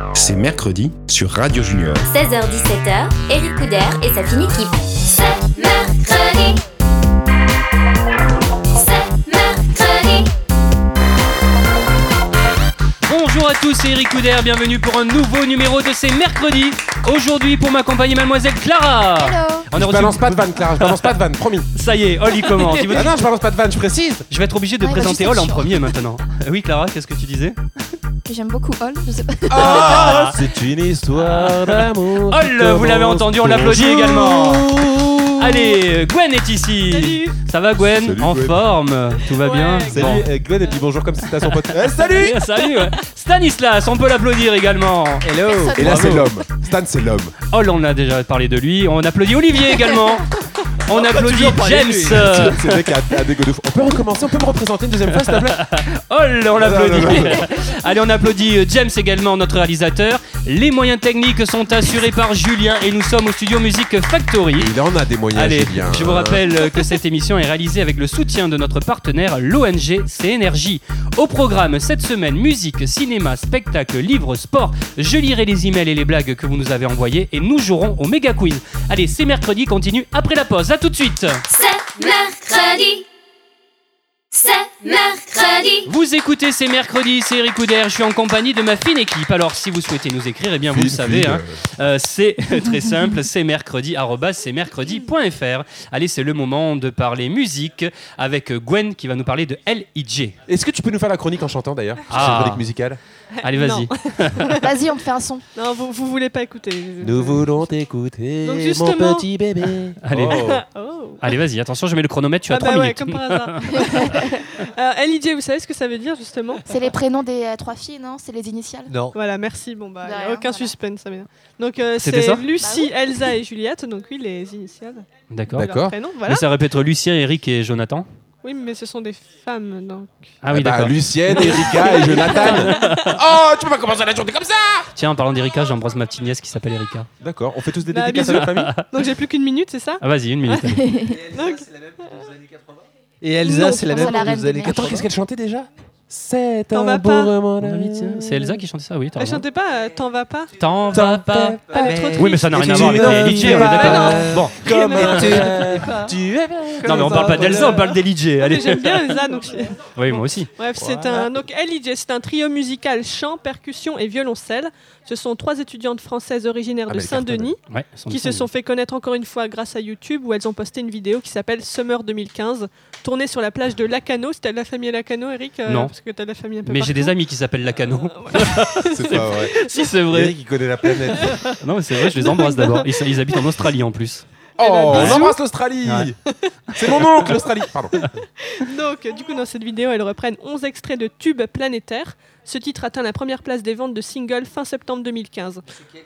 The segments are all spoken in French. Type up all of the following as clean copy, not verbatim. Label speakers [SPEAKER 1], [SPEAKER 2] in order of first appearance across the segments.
[SPEAKER 1] C'est mercredi sur Radio Junior.
[SPEAKER 2] 16h-17h, Eric Couder et sa fine équipe. C'est mercredi. C'est mercredi.
[SPEAKER 3] Bonjour à tous, c'est Eric Couder, bienvenue pour un nouveau numéro de C'est mercredi. Aujourd'hui pour m'accompagner mademoiselle Clara.
[SPEAKER 4] Hello. Je balance pas de vanne, Clara, je balance pas de vanne, promis.
[SPEAKER 3] Ça y est, Ol il commence.
[SPEAKER 4] Ah non, je balance pas de vanne, je précise.
[SPEAKER 3] Je vais être obligé de présenter Ol en premier maintenant. Oui Clara, qu'est-ce que tu disais?
[SPEAKER 5] J'aime beaucoup Hall, je sais pas.
[SPEAKER 4] Ah, c'est une histoire d'amour.
[SPEAKER 3] Ol, vous l'avez entendu, on l'applaudit également. Allez, Gwen est ici.
[SPEAKER 6] Salut.
[SPEAKER 3] Ça va Gwen?
[SPEAKER 4] Salut,
[SPEAKER 3] en
[SPEAKER 4] Gwen.
[SPEAKER 3] forme? Tout va bien?
[SPEAKER 4] Salut Gwen et puis bonjour comme si c'était à son pote. Salut.
[SPEAKER 3] Salut ouais. Stanislas, on peut l'applaudir également.
[SPEAKER 4] Hello.
[SPEAKER 5] Personne.
[SPEAKER 4] Et là c'est
[SPEAKER 3] Bravo.
[SPEAKER 4] l'homme. Stan c'est l'homme.
[SPEAKER 3] Ol, on a déjà parlé de lui. On applaudit Olivier également. On applaudit James.
[SPEAKER 4] C'est le mec à dégo de fou. On peut recommencer, on peut me représenter une deuxième fois s'il te plaît?
[SPEAKER 3] Ol, on l'applaudit.
[SPEAKER 4] Non.
[SPEAKER 3] Allez, on applaudit James également, notre réalisateur. Les moyens techniques sont assurés par Julien et nous sommes au studio Music Factory.
[SPEAKER 4] Il en a des moyens,
[SPEAKER 3] Allez,
[SPEAKER 4] Julien.
[SPEAKER 3] je vous rappelle que cette émission est réalisée avec le soutien de notre partenaire, l'ONG CNRJ. Au programme cette semaine, musique, cinéma, spectacle, livres, sport. Je lirai les emails et les blagues que vous nous avez envoyés et nous jouerons au méga quiz. Allez, c'est mercredi, continue après la pause. À tout de suite.
[SPEAKER 2] C'est mercredi. C'est mercredi.
[SPEAKER 3] Vous écoutez C'est mercredi, c'est Eric Couder, je suis en compagnie de ma fine équipe. Alors si vous souhaitez nous écrire, eh bien vous le savez, c'est très simple, c'est mercredi @cmercredi.fr. Allez, c'est le moment de parler musique avec Gwen qui va nous parler de L.I.J.
[SPEAKER 4] Est-ce que tu peux nous faire la chronique en chantant d'ailleurs? C'est une chronique musicale.
[SPEAKER 3] Allez, vas-y.
[SPEAKER 5] Vas-y, on te fait un son.
[SPEAKER 6] Non, vous voulez pas écouter.
[SPEAKER 4] Nous voulons t'écouter,
[SPEAKER 6] Donc,
[SPEAKER 4] mon
[SPEAKER 6] justement-
[SPEAKER 4] petit bébé.
[SPEAKER 3] Allez.
[SPEAKER 6] Oh.
[SPEAKER 3] Allez, vas-y, attention, je mets le chronomètre, tu as
[SPEAKER 6] Ah
[SPEAKER 3] 3
[SPEAKER 6] bah ouais,
[SPEAKER 3] minutes.
[SPEAKER 6] comme par hasard. Alors, LIJ, vous savez ce que ça veut dire justement?
[SPEAKER 5] C'est les prénoms des trois filles, non? C'est les initiales.
[SPEAKER 4] Non.
[SPEAKER 6] Voilà, merci. Bon bah,
[SPEAKER 5] De
[SPEAKER 6] y a
[SPEAKER 5] rien,
[SPEAKER 6] aucun
[SPEAKER 5] voilà.
[SPEAKER 6] suspense, ça m'énerve. Donc
[SPEAKER 3] C'était
[SPEAKER 6] c'est
[SPEAKER 3] ça
[SPEAKER 6] Lucie,
[SPEAKER 5] Bah oui.
[SPEAKER 6] Elsa et Juliette. Donc oui, les initiales.
[SPEAKER 3] D'accord.
[SPEAKER 6] de
[SPEAKER 4] D'accord.
[SPEAKER 6] leurs prénoms, voilà.
[SPEAKER 3] Mais ça répète Lucien, Eric et Jonathan.
[SPEAKER 6] Oui, mais ce sont des femmes, donc.
[SPEAKER 3] Ah oui, d'accord.
[SPEAKER 4] Lucienne, Erika et Jonathan. Oh, tu peux pas commencer la journée comme ça.
[SPEAKER 3] Tiens, en parlant d'Erika, j'embrasse ma petite nièce qui s'appelle Erika.
[SPEAKER 4] D'accord, on fait tous des
[SPEAKER 6] Bah,
[SPEAKER 4] dédicaces à
[SPEAKER 6] bisous.
[SPEAKER 4] notre famille.
[SPEAKER 6] Donc j'ai plus qu'une minute, c'est ça?
[SPEAKER 3] Ah vas-y, une minute.
[SPEAKER 6] Donc,
[SPEAKER 7] Et Elsa,
[SPEAKER 6] Non,
[SPEAKER 7] c'est la
[SPEAKER 5] c'est
[SPEAKER 7] même
[SPEAKER 5] la
[SPEAKER 7] dans
[SPEAKER 5] reine
[SPEAKER 7] les
[SPEAKER 5] des
[SPEAKER 7] années
[SPEAKER 5] mers.
[SPEAKER 7] 80.
[SPEAKER 4] Attends, qu'est-ce qu'elle chantait déjà? C'est
[SPEAKER 6] T'en
[SPEAKER 4] un
[SPEAKER 6] vas
[SPEAKER 4] beau
[SPEAKER 6] pas.
[SPEAKER 4] roman
[SPEAKER 3] Mon ami, tiens,
[SPEAKER 4] d'amour.
[SPEAKER 3] c'est Elsa qui chantait ça, oui, t'as
[SPEAKER 6] elle
[SPEAKER 3] raison.
[SPEAKER 6] chantait pas T'en vas pas?
[SPEAKER 3] T'en vas pas.
[SPEAKER 6] Elle est trop triste.
[SPEAKER 3] Oui, mais ça n'a rien à
[SPEAKER 4] Tu
[SPEAKER 3] voir avec
[SPEAKER 4] ne
[SPEAKER 3] les LJ, on est
[SPEAKER 4] fais
[SPEAKER 3] d'accord.
[SPEAKER 6] pas.
[SPEAKER 3] Bon,
[SPEAKER 4] Comme
[SPEAKER 6] Mais
[SPEAKER 4] un
[SPEAKER 6] non.
[SPEAKER 4] tu es bien.
[SPEAKER 3] non mais on parle pas d'Elsa, on parle des LJ.
[SPEAKER 6] Mais
[SPEAKER 3] Allez.
[SPEAKER 6] j'aime bien Elsa, donc.
[SPEAKER 3] Oui, moi aussi.
[SPEAKER 6] Bref, c'est un donc LIJ, c'est un trio musical chant, percussion et violoncelle. Ce sont 3 étudiantes françaises originaires
[SPEAKER 4] Ah,
[SPEAKER 6] de
[SPEAKER 4] mais
[SPEAKER 6] Saint-Denis
[SPEAKER 3] Ouais,
[SPEAKER 6] qui se sont fait connaître encore une fois grâce à YouTube où elles ont posté une vidéo qui s'appelle Summer 2015, tournée sur la plage de Lacano. C'était de la famille Lacano, Eric?
[SPEAKER 3] Non.
[SPEAKER 6] Parce que t'as de la famille un peu
[SPEAKER 3] Mais j'ai
[SPEAKER 6] partout.
[SPEAKER 3] des amis qui s'appellent Lacano.
[SPEAKER 4] C'est pas vrai.
[SPEAKER 3] Si, c'est vrai.
[SPEAKER 4] Eric, il connaît la planète.
[SPEAKER 3] Non, mais c'est vrai, je les embrasse d'abord. Ils habitent en Australie en plus.
[SPEAKER 4] Oh, on
[SPEAKER 6] bisous.
[SPEAKER 4] embrasse l'Australie.
[SPEAKER 3] Ouais.
[SPEAKER 4] C'est mon oncle, l'Australie. Pardon.
[SPEAKER 6] Donc, du coup, dans cette vidéo, elles reprennent 11 extraits de tubes planétaires. Ce titre atteint la première place des ventes de singles fin septembre 2015.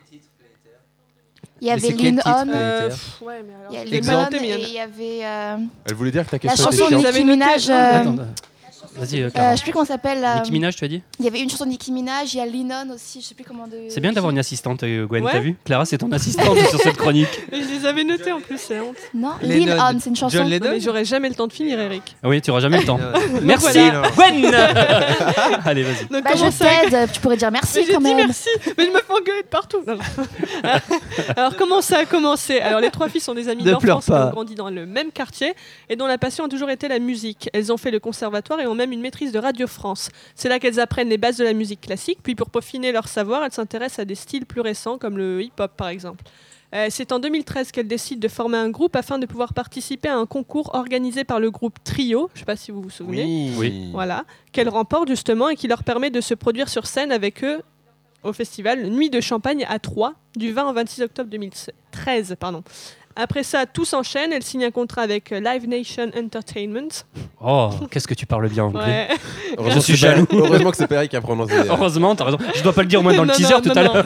[SPEAKER 5] Il y avait
[SPEAKER 7] c'est quel
[SPEAKER 5] Lean
[SPEAKER 7] titre
[SPEAKER 5] On,
[SPEAKER 7] planétaire
[SPEAKER 6] Ouais, mais alors,
[SPEAKER 5] il y a
[SPEAKER 6] je l'ai
[SPEAKER 5] Lean
[SPEAKER 6] pas
[SPEAKER 5] On
[SPEAKER 6] noté, mais il y en
[SPEAKER 5] et
[SPEAKER 6] a-
[SPEAKER 5] il y avait
[SPEAKER 4] Elle voulait dire que ta
[SPEAKER 5] la
[SPEAKER 4] question était
[SPEAKER 5] chanson de
[SPEAKER 4] chiante.
[SPEAKER 6] Vous avez
[SPEAKER 5] Nicki
[SPEAKER 6] noté
[SPEAKER 5] Minaj.
[SPEAKER 3] Attends, vas-y,
[SPEAKER 5] Je
[SPEAKER 3] Clara.
[SPEAKER 5] sais plus comment ça s'appelle.
[SPEAKER 3] Nicki Minaj, tu as dit?
[SPEAKER 5] Il y avait une chanson de Nicki Minaj, il y a Lean On aussi, je sais plus comment de.
[SPEAKER 3] C'est bien d'avoir une assistante, Gwen,
[SPEAKER 6] Ouais.
[SPEAKER 3] t'as vu? Clara, c'est ton assistante sur cette chronique.
[SPEAKER 6] Mais je les avais notés en plus, c'est honte.
[SPEAKER 5] Non,
[SPEAKER 7] Lennon.
[SPEAKER 5] Lean On, c'est une chanson.
[SPEAKER 7] John
[SPEAKER 6] Non,
[SPEAKER 7] Lennon.
[SPEAKER 6] mais j'aurais jamais le temps de finir, Eric.
[SPEAKER 3] Ah oui, tu auras jamais le temps.
[SPEAKER 7] Ouais.
[SPEAKER 3] Merci,
[SPEAKER 6] Voilà.
[SPEAKER 3] Gwen. Allez, vas-y.
[SPEAKER 6] Donc,
[SPEAKER 5] Bah,
[SPEAKER 6] comment
[SPEAKER 5] je
[SPEAKER 6] ça
[SPEAKER 5] t'aide, tu pourrais dire merci
[SPEAKER 6] Mais j'ai
[SPEAKER 5] quand
[SPEAKER 6] dit
[SPEAKER 5] même.
[SPEAKER 6] merci, mais je me fais engueuler de partout. Non, non. Alors comment ça a commencé? Alors les 3 filles sont des amies
[SPEAKER 7] Ne pleure
[SPEAKER 6] d'enfance qui
[SPEAKER 7] pas.
[SPEAKER 6] ont grandi dans le même quartier et dont la passion a toujours été la musique. Elles ont fait le conservatoire et ont même une maîtrise de Radio France. C'est là qu'elles apprennent les bases de la musique classique, puis pour peaufiner leur savoir, elles s'intéressent à des styles plus récents comme le hip-hop par exemple. C'est en 2013 qu'elles décident de former un groupe afin de pouvoir participer à un concours organisé par le groupe Trio, je ne sais pas si vous vous souvenez.
[SPEAKER 3] Oui.
[SPEAKER 6] Voilà, qu'elles remportent justement et qui leur permet de se produire sur scène avec eux au festival Nuit de Champagne à Troyes du 20 au 26 octobre 2013. Après ça, tout s'enchaîne. Elle signe un contrat avec Live Nation Entertainment.
[SPEAKER 3] Oh, qu'est-ce que tu parles bien anglais.
[SPEAKER 6] Ouais.
[SPEAKER 4] Heureusement
[SPEAKER 3] Je suis
[SPEAKER 4] que c'est pas-
[SPEAKER 3] jaloux.
[SPEAKER 4] Heureusement que c'est pas Eric qui a prononcé.
[SPEAKER 3] Heureusement, t'as raison. Je dois pas le dire au moins dans le
[SPEAKER 6] Non,
[SPEAKER 3] teaser
[SPEAKER 6] non,
[SPEAKER 3] tout
[SPEAKER 6] non,
[SPEAKER 3] à
[SPEAKER 6] non.
[SPEAKER 3] l'heure.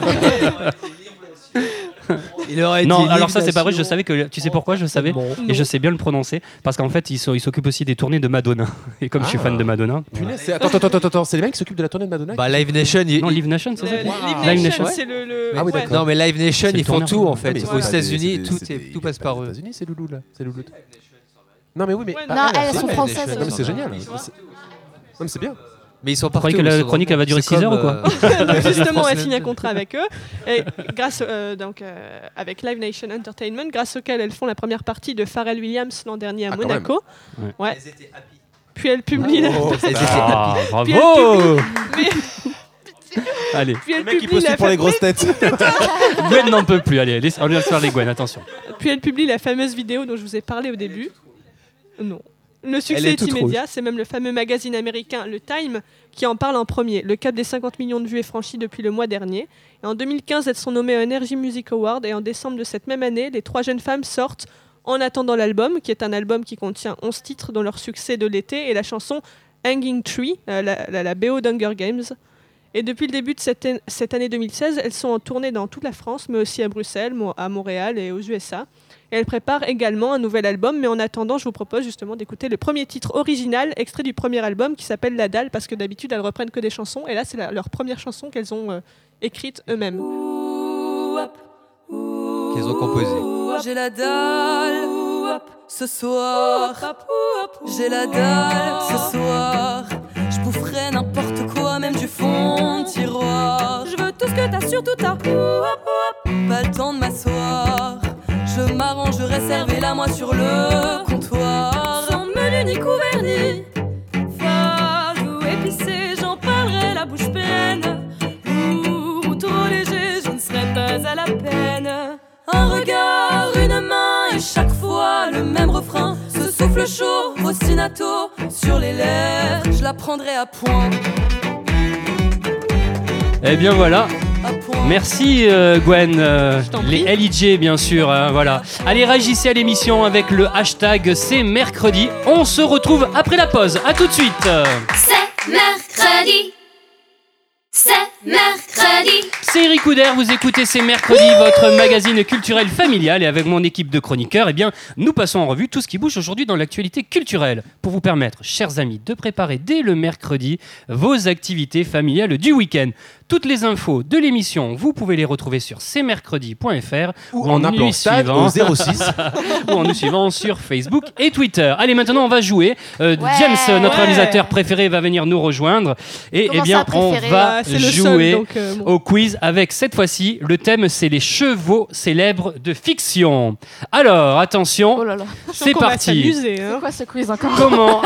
[SPEAKER 7] Il aurait
[SPEAKER 3] Non,
[SPEAKER 7] dit
[SPEAKER 3] alors ça c'est pas vrai, je
[SPEAKER 7] Nation.
[SPEAKER 3] savais que... Tu sais pourquoi je savais?
[SPEAKER 7] Bon.
[SPEAKER 3] Et je sais bien le prononcer, parce qu'en fait, ils s'occupent aussi des tournées de Madonna. Et comme je suis fan de Madonna...
[SPEAKER 4] Punaise, c'est- Attends, c'est les mecs qui s'occupent de la tournée de Madonna?
[SPEAKER 7] Bah, Live Nation,
[SPEAKER 3] Non, Live Nation, c'est ça?
[SPEAKER 6] Live
[SPEAKER 3] Live
[SPEAKER 6] Nation,
[SPEAKER 3] Nation.
[SPEAKER 6] c'est le.
[SPEAKER 4] Ah oui,
[SPEAKER 6] ouais.
[SPEAKER 4] d'accord.
[SPEAKER 7] non, mais Live Nation,
[SPEAKER 3] C'est le
[SPEAKER 7] ils font
[SPEAKER 3] tourneur.
[SPEAKER 7] tout en
[SPEAKER 4] Ah,
[SPEAKER 7] fait.
[SPEAKER 4] mais
[SPEAKER 7] Aux
[SPEAKER 4] voilà,
[SPEAKER 7] États-Unis,
[SPEAKER 4] c'est
[SPEAKER 7] tout passe par
[SPEAKER 4] aux
[SPEAKER 7] eux.
[SPEAKER 4] États-Unis, c'est Loulou là. C'est Loulou. Non, mais oui, mais.
[SPEAKER 6] Ouais,
[SPEAKER 5] Non, elles sont
[SPEAKER 7] Live
[SPEAKER 5] françaises.
[SPEAKER 7] Nation.
[SPEAKER 4] Non, mais c'est génial.
[SPEAKER 6] Tu vois.
[SPEAKER 4] Non, mais c'est bien.
[SPEAKER 7] Mais ils sont
[SPEAKER 3] Vous
[SPEAKER 7] partout.
[SPEAKER 3] croyez que la chronique, elle va durer 6 heures ou quoi
[SPEAKER 6] Justement, elle signe un contrat avec eux. Et grâce, avec Live Nation Entertainment, grâce auquel elles font la première partie de Pharrell Williams l'an dernier à
[SPEAKER 4] Ah, quand
[SPEAKER 6] Monaco.
[SPEAKER 3] même.
[SPEAKER 6] Ouais.
[SPEAKER 7] Elles étaient happy.
[SPEAKER 6] Puis elle publie.
[SPEAKER 7] Elles étaient
[SPEAKER 3] Ah,
[SPEAKER 6] Puis elle
[SPEAKER 3] bravo
[SPEAKER 6] Mais-
[SPEAKER 3] Allez,
[SPEAKER 6] Puis elle
[SPEAKER 4] Le mec, il
[SPEAKER 6] publie
[SPEAKER 4] postule
[SPEAKER 6] la
[SPEAKER 4] pour les
[SPEAKER 6] fa-
[SPEAKER 4] grosses têtes.
[SPEAKER 3] Gwen n'en peut plus. Allez, on laisse faire les Gwen, attention.
[SPEAKER 6] Puis elle publie la fameuse vidéo dont je vous ai parlé au début. Non. Le
[SPEAKER 7] Elle
[SPEAKER 6] succès
[SPEAKER 7] est
[SPEAKER 6] est
[SPEAKER 7] toute
[SPEAKER 6] immédiat, c'est même le fameux magazine américain Le Time qui en parle en premier. Le cap des 50 millions de vues est franchi depuis le mois dernier. Et en 2015, elles sont nommées au Energy Music Award et en décembre de cette même année, les 3 jeunes femmes sortent En attendant l'album, qui est un album qui contient 11 titres dont leur succès de l'été et la chanson Hanging Tree, la BO d'Hunger Games. Et depuis le début de cette année 2016, elles sont en tournée dans toute la France, mais aussi à Bruxelles, à Montréal et aux USA. Et elles préparent également un nouvel album, mais en attendant, je vous propose justement d'écouter le premier titre original, extrait du premier album, qui s'appelle La Dalle, parce que d'habitude, elles reprennent que des chansons, et là, c'est leur première chanson qu'elles ont écrite eux-mêmes.
[SPEAKER 7] Qu'ils ont composé.
[SPEAKER 8] J'ai la dalle ce soir. J'ai la dalle ce soir. Je boufferai n'importe quoi, même du fond de tiroir. Je veux tout ce que t'as, surtout t'as. Pas le temps de m'asseoir. Je m'arrangerai, servez-la moi sur le comptoir. Sans menu ni couvert ni fade ou épicé, j'en parlerai la bouche pleine. Lourd ou trop léger, je ne serai pas à la peine. Un regard, une main et chaque fois le même refrain. Ce souffle chaud, ostinato sur les lèvres. Je la prendrai à point.
[SPEAKER 3] Eh bien voilà.
[SPEAKER 8] À point.
[SPEAKER 3] Merci Gwen,
[SPEAKER 6] t'en
[SPEAKER 3] les
[SPEAKER 6] prie.
[SPEAKER 3] LIJ bien sûr, hein, voilà. Allez, réagissez à l'émission avec le hashtag c'est mercredi. On se retrouve après la pause, à tout de suite.
[SPEAKER 2] C'est mercredi. C'est mercredi.
[SPEAKER 3] C'est Eric Couder, vous écoutez C'est mercredi, votre magazine culturel familial, et avec mon équipe de chroniqueurs, eh bien, nous passons en revue tout ce qui bouge aujourd'hui dans l'actualité culturelle pour vous permettre, chers amis, de préparer dès le mercredi vos activités familiales du week-end. Toutes les infos de l'émission, vous pouvez les retrouver sur cmercredi.fr
[SPEAKER 4] Ou en appelant Stade au 06.
[SPEAKER 3] ou en nous suivant sur Facebook et Twitter. Allez, maintenant on va jouer. James, notre
[SPEAKER 6] Ouais.
[SPEAKER 3] réalisateur préféré, va venir nous rejoindre. Et
[SPEAKER 5] Comment
[SPEAKER 3] eh bien,
[SPEAKER 5] ça,
[SPEAKER 3] on
[SPEAKER 5] préféré
[SPEAKER 3] va
[SPEAKER 6] Ah, c'est le
[SPEAKER 3] jouer
[SPEAKER 6] seul, donc, bon.
[SPEAKER 3] au quiz avec cette fois-ci, le thème c'est les chevaux célèbres de fiction. Alors, attention,
[SPEAKER 5] Oh là là.
[SPEAKER 3] c'est
[SPEAKER 6] qu'on va
[SPEAKER 3] parti.
[SPEAKER 6] s'amuser,
[SPEAKER 5] C'est
[SPEAKER 6] hein.
[SPEAKER 5] quoi ce quiz encore?
[SPEAKER 3] Comment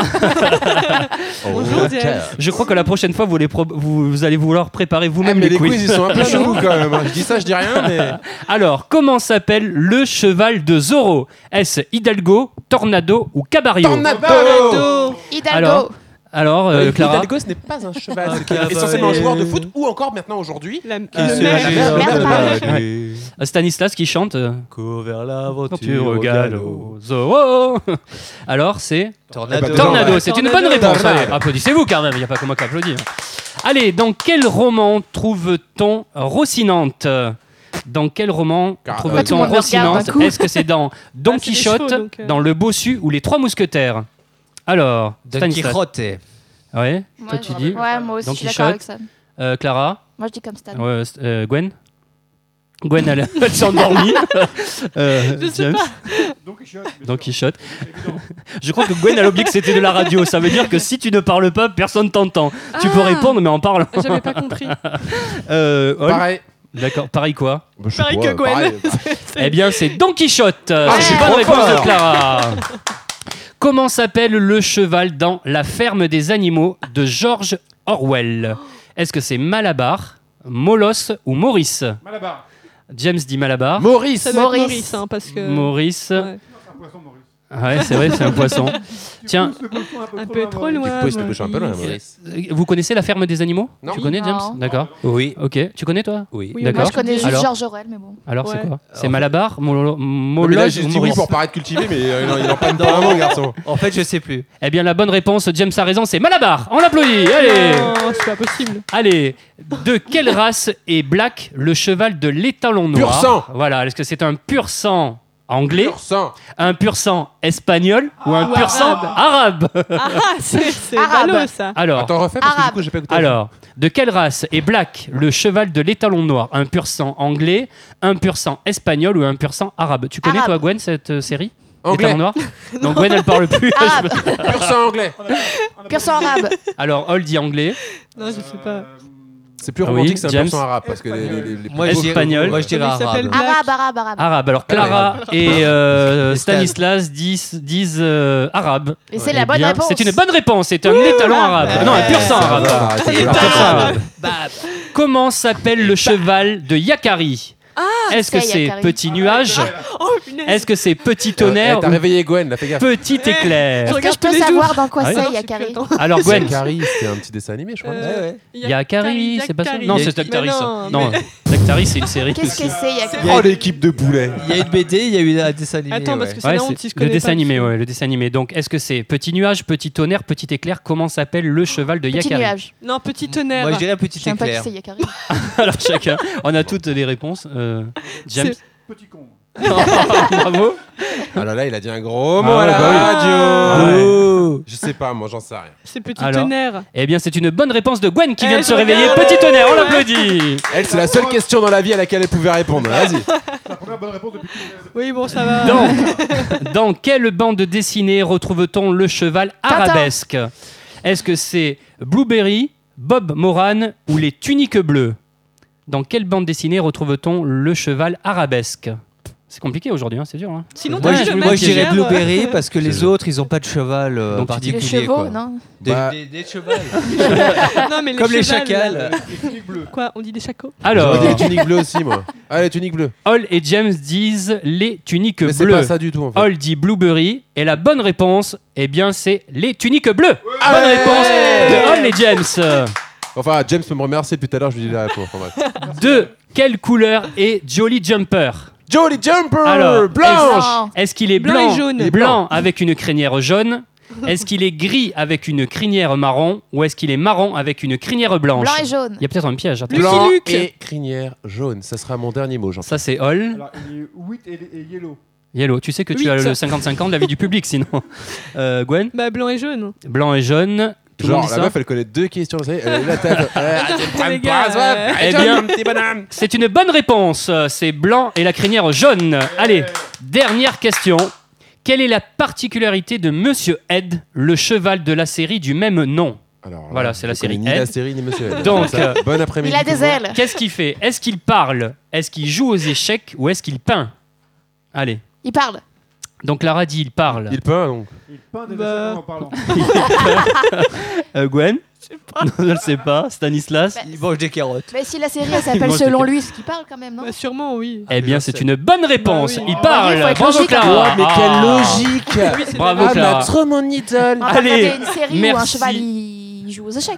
[SPEAKER 6] Bonjour, James.
[SPEAKER 3] Je crois que la prochaine fois, vous allez vouloir préparer vous-même
[SPEAKER 4] Mais
[SPEAKER 3] les
[SPEAKER 4] les quiz, ils sont un peu
[SPEAKER 3] Non,
[SPEAKER 4] chelous quand même. Je dis ça, je dis rien, mais.
[SPEAKER 3] Alors, comment s'appelle le cheval de Zorro? Est-ce Hidalgo, Tornado ou Cabario?
[SPEAKER 4] Tornado.
[SPEAKER 5] Hidalgo.
[SPEAKER 3] Alors, Clara.
[SPEAKER 4] Hidalgo, ce n'est pas un cheval. C'est essentiellement un joueur de foot ou encore maintenant aujourd'hui.
[SPEAKER 6] La
[SPEAKER 3] c'est
[SPEAKER 6] mère.
[SPEAKER 5] mère.
[SPEAKER 3] Stanislas qui chante
[SPEAKER 7] Cours vers
[SPEAKER 3] Tu
[SPEAKER 7] l'aventure.
[SPEAKER 3] regardes au Zorro. Alors, c'est
[SPEAKER 7] Tornado.
[SPEAKER 4] Eh ben,
[SPEAKER 3] Tornado. C'est une bonne
[SPEAKER 6] Tornado.
[SPEAKER 3] réponse.
[SPEAKER 4] Tornado.
[SPEAKER 3] Allez, applaudissez-vous quand même. Il n'y a pas que moi qui applaudis. Allez, dans quel roman trouve-t-on Rocinante? Dans quel roman
[SPEAKER 4] Car-
[SPEAKER 5] Tout le
[SPEAKER 3] trouve-t-on
[SPEAKER 5] monde me regarde
[SPEAKER 3] Rocinante?
[SPEAKER 5] d'un coup.
[SPEAKER 3] Est-ce que c'est dans Don
[SPEAKER 6] Ah, c'est des
[SPEAKER 3] Quichotte,
[SPEAKER 6] chevaux, donc,
[SPEAKER 3] dans Le Bossu ou Les Trois Mousquetaires? Alors,
[SPEAKER 7] Don
[SPEAKER 3] Stanislas.
[SPEAKER 7] Quichotte.
[SPEAKER 3] Ouais,
[SPEAKER 5] Moi,
[SPEAKER 3] toi tu
[SPEAKER 5] je-
[SPEAKER 3] dis.
[SPEAKER 5] Ouais, moi aussi,
[SPEAKER 3] Don
[SPEAKER 5] je suis d'accord
[SPEAKER 3] Quichotte.
[SPEAKER 5] avec ça.
[SPEAKER 3] Clara.
[SPEAKER 5] Moi, je dis comme Stan.
[SPEAKER 3] Ouais, Gwen. Gwen, elle s'est endormie.
[SPEAKER 6] Je sais
[SPEAKER 3] James.
[SPEAKER 6] pas.
[SPEAKER 3] Don Quichotte. Je crois que Gwen, elle a oublié que c'était de la radio. Ça veut dire que si tu ne parles pas, personne t'entend. Tu peux
[SPEAKER 6] Ah.
[SPEAKER 3] répondre, mais en parlant.
[SPEAKER 6] J'avais pas compris.
[SPEAKER 3] Ol.
[SPEAKER 4] Pareil.
[SPEAKER 3] D'accord, pareil quoi?
[SPEAKER 4] Bah, je sais
[SPEAKER 6] Pareil
[SPEAKER 4] pas,
[SPEAKER 6] que Gwen.
[SPEAKER 4] pareil.
[SPEAKER 3] Eh bien, c'est Don Quichotte.
[SPEAKER 4] je
[SPEAKER 3] C'est
[SPEAKER 4] suis
[SPEAKER 3] une bonne
[SPEAKER 4] trop
[SPEAKER 3] réponse de
[SPEAKER 4] fort.
[SPEAKER 3] Clara. Comment s'appelle le cheval dans La ferme des animaux de George Orwell? Est-ce que c'est Malabar, Molosse ou Maurice?
[SPEAKER 4] Malabar.
[SPEAKER 3] James dit Malabar.
[SPEAKER 4] Maurice.
[SPEAKER 6] Ça doit être
[SPEAKER 5] Maurice.
[SPEAKER 6] Maurice, hein, parce que.
[SPEAKER 3] Maurice.
[SPEAKER 6] Ouais.
[SPEAKER 3] Ouais, c'est vrai, c'est un poisson. Tiens,
[SPEAKER 6] Un peu trop loin.
[SPEAKER 4] Du coup, il se
[SPEAKER 6] moi.
[SPEAKER 4] bouge un peu loin, Maurice.
[SPEAKER 3] vous connaissez La ferme des animaux?
[SPEAKER 4] Non.
[SPEAKER 3] Tu connais,
[SPEAKER 5] Non.
[SPEAKER 3] James? D'accord.
[SPEAKER 7] Oui.
[SPEAKER 3] Ok. Tu connais, toi?
[SPEAKER 7] Oui.
[SPEAKER 6] Oui,
[SPEAKER 3] D'accord.
[SPEAKER 5] Moi, je connais juste
[SPEAKER 3] Alors
[SPEAKER 5] George Orwell, mais bon.
[SPEAKER 3] Alors, c'est
[SPEAKER 6] Ouais.
[SPEAKER 3] quoi? C'est Malabar,
[SPEAKER 4] Non, mais là,
[SPEAKER 3] Molosse
[SPEAKER 4] j'ai
[SPEAKER 3] ou
[SPEAKER 4] dit oui
[SPEAKER 3] Maurice?
[SPEAKER 4] pour paraître cultivé, mais il en pas pas un mot, garçon.
[SPEAKER 7] En fait, je sais plus.
[SPEAKER 3] Eh bien, la bonne réponse, James a raison, c'est Malabar. On l'applaudit. Allez.
[SPEAKER 6] Non, c'est pas possible.
[SPEAKER 3] Allez, de quelle race est Black, le cheval de l'étalon noir?
[SPEAKER 4] Pur sang.
[SPEAKER 3] Voilà, est-ce que c'est un pur sang anglais,
[SPEAKER 4] Pur sang.
[SPEAKER 3] un pur sang espagnol ou un
[SPEAKER 6] Ou
[SPEAKER 3] pur sang arabe?
[SPEAKER 6] Ah, c'est
[SPEAKER 5] Arabe.
[SPEAKER 6] ballot, ça.
[SPEAKER 3] Alors,
[SPEAKER 4] Attends, refais parce que du
[SPEAKER 5] Arabe.
[SPEAKER 4] coup, j'ai pas écouté.
[SPEAKER 3] alors, de quelle race est Black, le cheval de l'étalon noir? Un pur sang anglais, un pur sang espagnol ou un pur sang arabe? Tu connais
[SPEAKER 5] Arabe.
[SPEAKER 3] toi, Gwen, cette série?
[SPEAKER 4] Anglais.
[SPEAKER 3] talons noirs. Donc Gwen, elle parle plus.
[SPEAKER 5] Arabe.
[SPEAKER 4] Pur sang anglais.
[SPEAKER 5] Pur sang arabe.
[SPEAKER 3] Alors, Hall dit anglais.
[SPEAKER 6] Non, je sais pas.
[SPEAKER 4] C'est plus
[SPEAKER 3] Ah oui,
[SPEAKER 4] romantique, c'est un
[SPEAKER 3] James.
[SPEAKER 4] pur sang arabe. Parce que
[SPEAKER 7] Moi, je dirais
[SPEAKER 3] Espagnol.
[SPEAKER 7] Moi, je dirais
[SPEAKER 6] Comment il s'appelle
[SPEAKER 7] arabe.
[SPEAKER 5] Arabe.
[SPEAKER 3] Arabe. Alors, Clara et Stanislas disent arabe.
[SPEAKER 5] Et c'est
[SPEAKER 3] Eh
[SPEAKER 5] la bonne
[SPEAKER 3] bien,
[SPEAKER 5] réponse.
[SPEAKER 3] C'est une bonne réponse. C'est un étalon arabe. Non, un pur sang arabe.
[SPEAKER 4] C'est
[SPEAKER 3] Pur sang arabe. Comment s'appelle le cheval de Yakari? Est-ce que
[SPEAKER 5] c'est
[SPEAKER 3] c'est
[SPEAKER 5] Yakari.
[SPEAKER 3] petit nuage?
[SPEAKER 6] Oh, punaise.
[SPEAKER 3] Est-ce que c'est petit tonnerre
[SPEAKER 4] T'as
[SPEAKER 3] ou
[SPEAKER 4] réveillé Gwen, là, fais gaffe.
[SPEAKER 3] petit éclair?
[SPEAKER 6] Je
[SPEAKER 5] Est-ce que
[SPEAKER 6] regarde
[SPEAKER 5] je peux
[SPEAKER 6] tous les
[SPEAKER 5] savoir
[SPEAKER 6] jours.
[SPEAKER 5] dans quoi
[SPEAKER 3] Ah oui.
[SPEAKER 5] c'est,
[SPEAKER 6] Non, je sais
[SPEAKER 5] Yakari?
[SPEAKER 6] plus, attends.
[SPEAKER 3] Alors Gwen,
[SPEAKER 4] Yakari, c'était un petit dessin animé, je crois.
[SPEAKER 3] Yakari, c'est pas ça?
[SPEAKER 6] Yakari.
[SPEAKER 3] Non,
[SPEAKER 6] Mais
[SPEAKER 3] c'est Daktari ça.
[SPEAKER 6] non,
[SPEAKER 3] Non, Daktari c'est une série.
[SPEAKER 5] Qu'est-ce que c'est, Yakari?
[SPEAKER 4] Oh, l'équipe de boulets.
[SPEAKER 7] Il y a une BD, il y a eu un dessin animé.
[SPEAKER 6] Attends, parce
[SPEAKER 7] ouais.
[SPEAKER 6] que c'est
[SPEAKER 3] Ouais,
[SPEAKER 6] la honte si je
[SPEAKER 3] c'est
[SPEAKER 6] connais
[SPEAKER 3] le dessin
[SPEAKER 6] pas
[SPEAKER 3] animé,
[SPEAKER 6] film.
[SPEAKER 3] ouais, le dessin animé. Donc, est-ce que c'est petit nuage, petit tonnerre, petit éclair? Comment s'appelle le cheval de
[SPEAKER 5] Petit
[SPEAKER 3] Yakari?
[SPEAKER 5] nuage.
[SPEAKER 6] Non, petit tonnerre.
[SPEAKER 7] Moi, je dirais un petit
[SPEAKER 5] Je sais même pas qui
[SPEAKER 7] éclair.
[SPEAKER 5] c'est, Yakari.
[SPEAKER 3] Alors chacun, on a toutes les réponses. James.
[SPEAKER 6] C'est-
[SPEAKER 9] Petit con.
[SPEAKER 3] Bravo.
[SPEAKER 4] Ah là là, il a dit un gros mot
[SPEAKER 3] Ah
[SPEAKER 4] à la
[SPEAKER 3] ouais, bah oui.
[SPEAKER 4] radio.
[SPEAKER 3] Ouais.
[SPEAKER 4] Je sais pas, moi, j'en sais rien.
[SPEAKER 6] C'est petit
[SPEAKER 3] Alors.
[SPEAKER 6] tonnerre.
[SPEAKER 3] Eh bien, c'est une bonne réponse de Gwen qui
[SPEAKER 6] Eh,
[SPEAKER 3] vient de se
[SPEAKER 6] je
[SPEAKER 3] réveiller.
[SPEAKER 6] regarde.
[SPEAKER 3] Petit tonnerre, on l'applaudit.
[SPEAKER 4] Elle, c'est la seule question dans la vie à laquelle elle pouvait répondre. Vas-y.
[SPEAKER 9] C'est la première bonne réponse depuis tout
[SPEAKER 6] Oui, bon, ça va.
[SPEAKER 3] Dans quelle bande dessinée retrouve-t-on le cheval arabesque? Est-ce que c'est Blueberry, Bob Moran ou les Tuniques Bleues? Dans quelle bande dessinée retrouve-t-on le cheval arabesque? C'est compliqué aujourd'hui, hein, c'est dur. Hein.
[SPEAKER 6] Sinon,
[SPEAKER 7] Moi,
[SPEAKER 6] t'as
[SPEAKER 7] je,
[SPEAKER 6] vu le
[SPEAKER 7] moi,
[SPEAKER 6] mec
[SPEAKER 7] je dirais
[SPEAKER 6] hier,
[SPEAKER 7] Blueberry parce que les
[SPEAKER 4] C'est
[SPEAKER 7] autres, ils ont pas de cheval
[SPEAKER 3] Donc, tu dis
[SPEAKER 5] Les
[SPEAKER 7] particulier.
[SPEAKER 5] chevaux,
[SPEAKER 7] quoi.
[SPEAKER 5] non?
[SPEAKER 4] Bah,
[SPEAKER 7] Des chevals.
[SPEAKER 6] Non, mais
[SPEAKER 7] Comme les
[SPEAKER 6] chevals,
[SPEAKER 7] chacals.
[SPEAKER 6] là.
[SPEAKER 9] Les tuniques bleues.
[SPEAKER 6] Quoi, on dit des chacos?
[SPEAKER 3] Alors,
[SPEAKER 4] j'aurais dit les tuniques bleues aussi, moi. Ah, les tuniques bleues.
[SPEAKER 3] Hall et James disent les tuniques
[SPEAKER 4] Mais c'est
[SPEAKER 3] bleues.
[SPEAKER 4] pas ça du tout, en fait.
[SPEAKER 3] Hall dit Blueberry et la bonne réponse, eh bien, c'est les tuniques bleues.
[SPEAKER 4] Ah
[SPEAKER 3] Bonne
[SPEAKER 4] ouais.
[SPEAKER 3] réponse de Hall et James.
[SPEAKER 4] Enfin, James peut me remercier depuis tout à l'heure, je lui dis la réponse. Enfin, bref.
[SPEAKER 3] De quelle couleur est Jolly Jumper?
[SPEAKER 4] Jolly Jumper
[SPEAKER 3] Alors,
[SPEAKER 4] blanche.
[SPEAKER 5] Non.
[SPEAKER 3] Est-ce qu'il est
[SPEAKER 6] Blanc
[SPEAKER 3] blanc,
[SPEAKER 6] et jaune.
[SPEAKER 4] Il est
[SPEAKER 3] blanc avec une crinière jaune? Est-ce qu'il est gris avec une crinière marron? Ou est-ce qu'il est marron avec une crinière blanche?
[SPEAKER 5] Blanc et jaune.
[SPEAKER 3] Il y a peut-être un piège. attention.
[SPEAKER 4] Blanc
[SPEAKER 6] Lucky Luke.
[SPEAKER 4] et crinière jaune. Ça sera mon dernier mot, Jean.
[SPEAKER 3] Ça, c'est Hall.
[SPEAKER 9] Alors, il est wheat et yellow.
[SPEAKER 3] Yellow. Tu sais que tu
[SPEAKER 6] Huit.
[SPEAKER 3] as le 50-50 de l'avis du public, sinon. Gwen?
[SPEAKER 6] Bah, blanc et jaune.
[SPEAKER 3] Blanc et jaune. Tout le monde
[SPEAKER 4] Genre,
[SPEAKER 3] dit
[SPEAKER 4] la
[SPEAKER 3] ça?
[SPEAKER 4] meuf, elle connaît deux questions. Vous savez, elle est la tête.
[SPEAKER 6] Les gars,
[SPEAKER 3] Eh bien, c'est une bonne réponse. C'est blanc et la crinière jaune. Allez, dernière question. Quelle est la particularité de Monsieur Ed, le cheval de la série du même nom?
[SPEAKER 4] Alors,
[SPEAKER 3] Voilà,
[SPEAKER 4] là,
[SPEAKER 3] c'est la
[SPEAKER 4] je connais
[SPEAKER 3] série
[SPEAKER 4] Ni
[SPEAKER 3] Ed.
[SPEAKER 4] la série, ni Monsieur Ed.
[SPEAKER 3] Donc,
[SPEAKER 4] Ça, bon après-midi.
[SPEAKER 5] Il a
[SPEAKER 4] tout le
[SPEAKER 5] des
[SPEAKER 4] monde.
[SPEAKER 5] ailes.
[SPEAKER 3] Qu'est-ce qu'il fait? Est-ce qu'il parle? Est-ce qu'il joue aux échecs? Ou est-ce qu'il peint? Allez.
[SPEAKER 5] Il parle.
[SPEAKER 3] Donc Lara dit il parle.
[SPEAKER 4] Il peint, donc.
[SPEAKER 9] Il peint des
[SPEAKER 6] Bah.
[SPEAKER 9] dessins en parlant.
[SPEAKER 3] Gwen? Je sais pas. Je ne sais pas. Stanislas?
[SPEAKER 7] Il mange des carottes.
[SPEAKER 5] Mais si la série elle s'appelle
[SPEAKER 3] mange
[SPEAKER 5] selon
[SPEAKER 3] des
[SPEAKER 5] lui, ce qu'il parle quand même, non?
[SPEAKER 6] Bah, sûrement, oui.
[SPEAKER 3] Eh bien, c'est une bonne réponse.
[SPEAKER 6] Bah oui.
[SPEAKER 3] Il
[SPEAKER 5] faut
[SPEAKER 3] parle.
[SPEAKER 5] être
[SPEAKER 3] Bravo
[SPEAKER 5] logique,
[SPEAKER 3] Clara.
[SPEAKER 4] Oh, mais
[SPEAKER 3] Ah.
[SPEAKER 4] quelle logique.
[SPEAKER 6] Oui, c'est
[SPEAKER 3] Bravo,
[SPEAKER 6] vrai.
[SPEAKER 3] Clara.
[SPEAKER 4] trop mon idole.
[SPEAKER 5] On va pas
[SPEAKER 3] Allez,
[SPEAKER 5] regarder une série où un
[SPEAKER 3] merci.
[SPEAKER 5] cheval il joue aux échecs.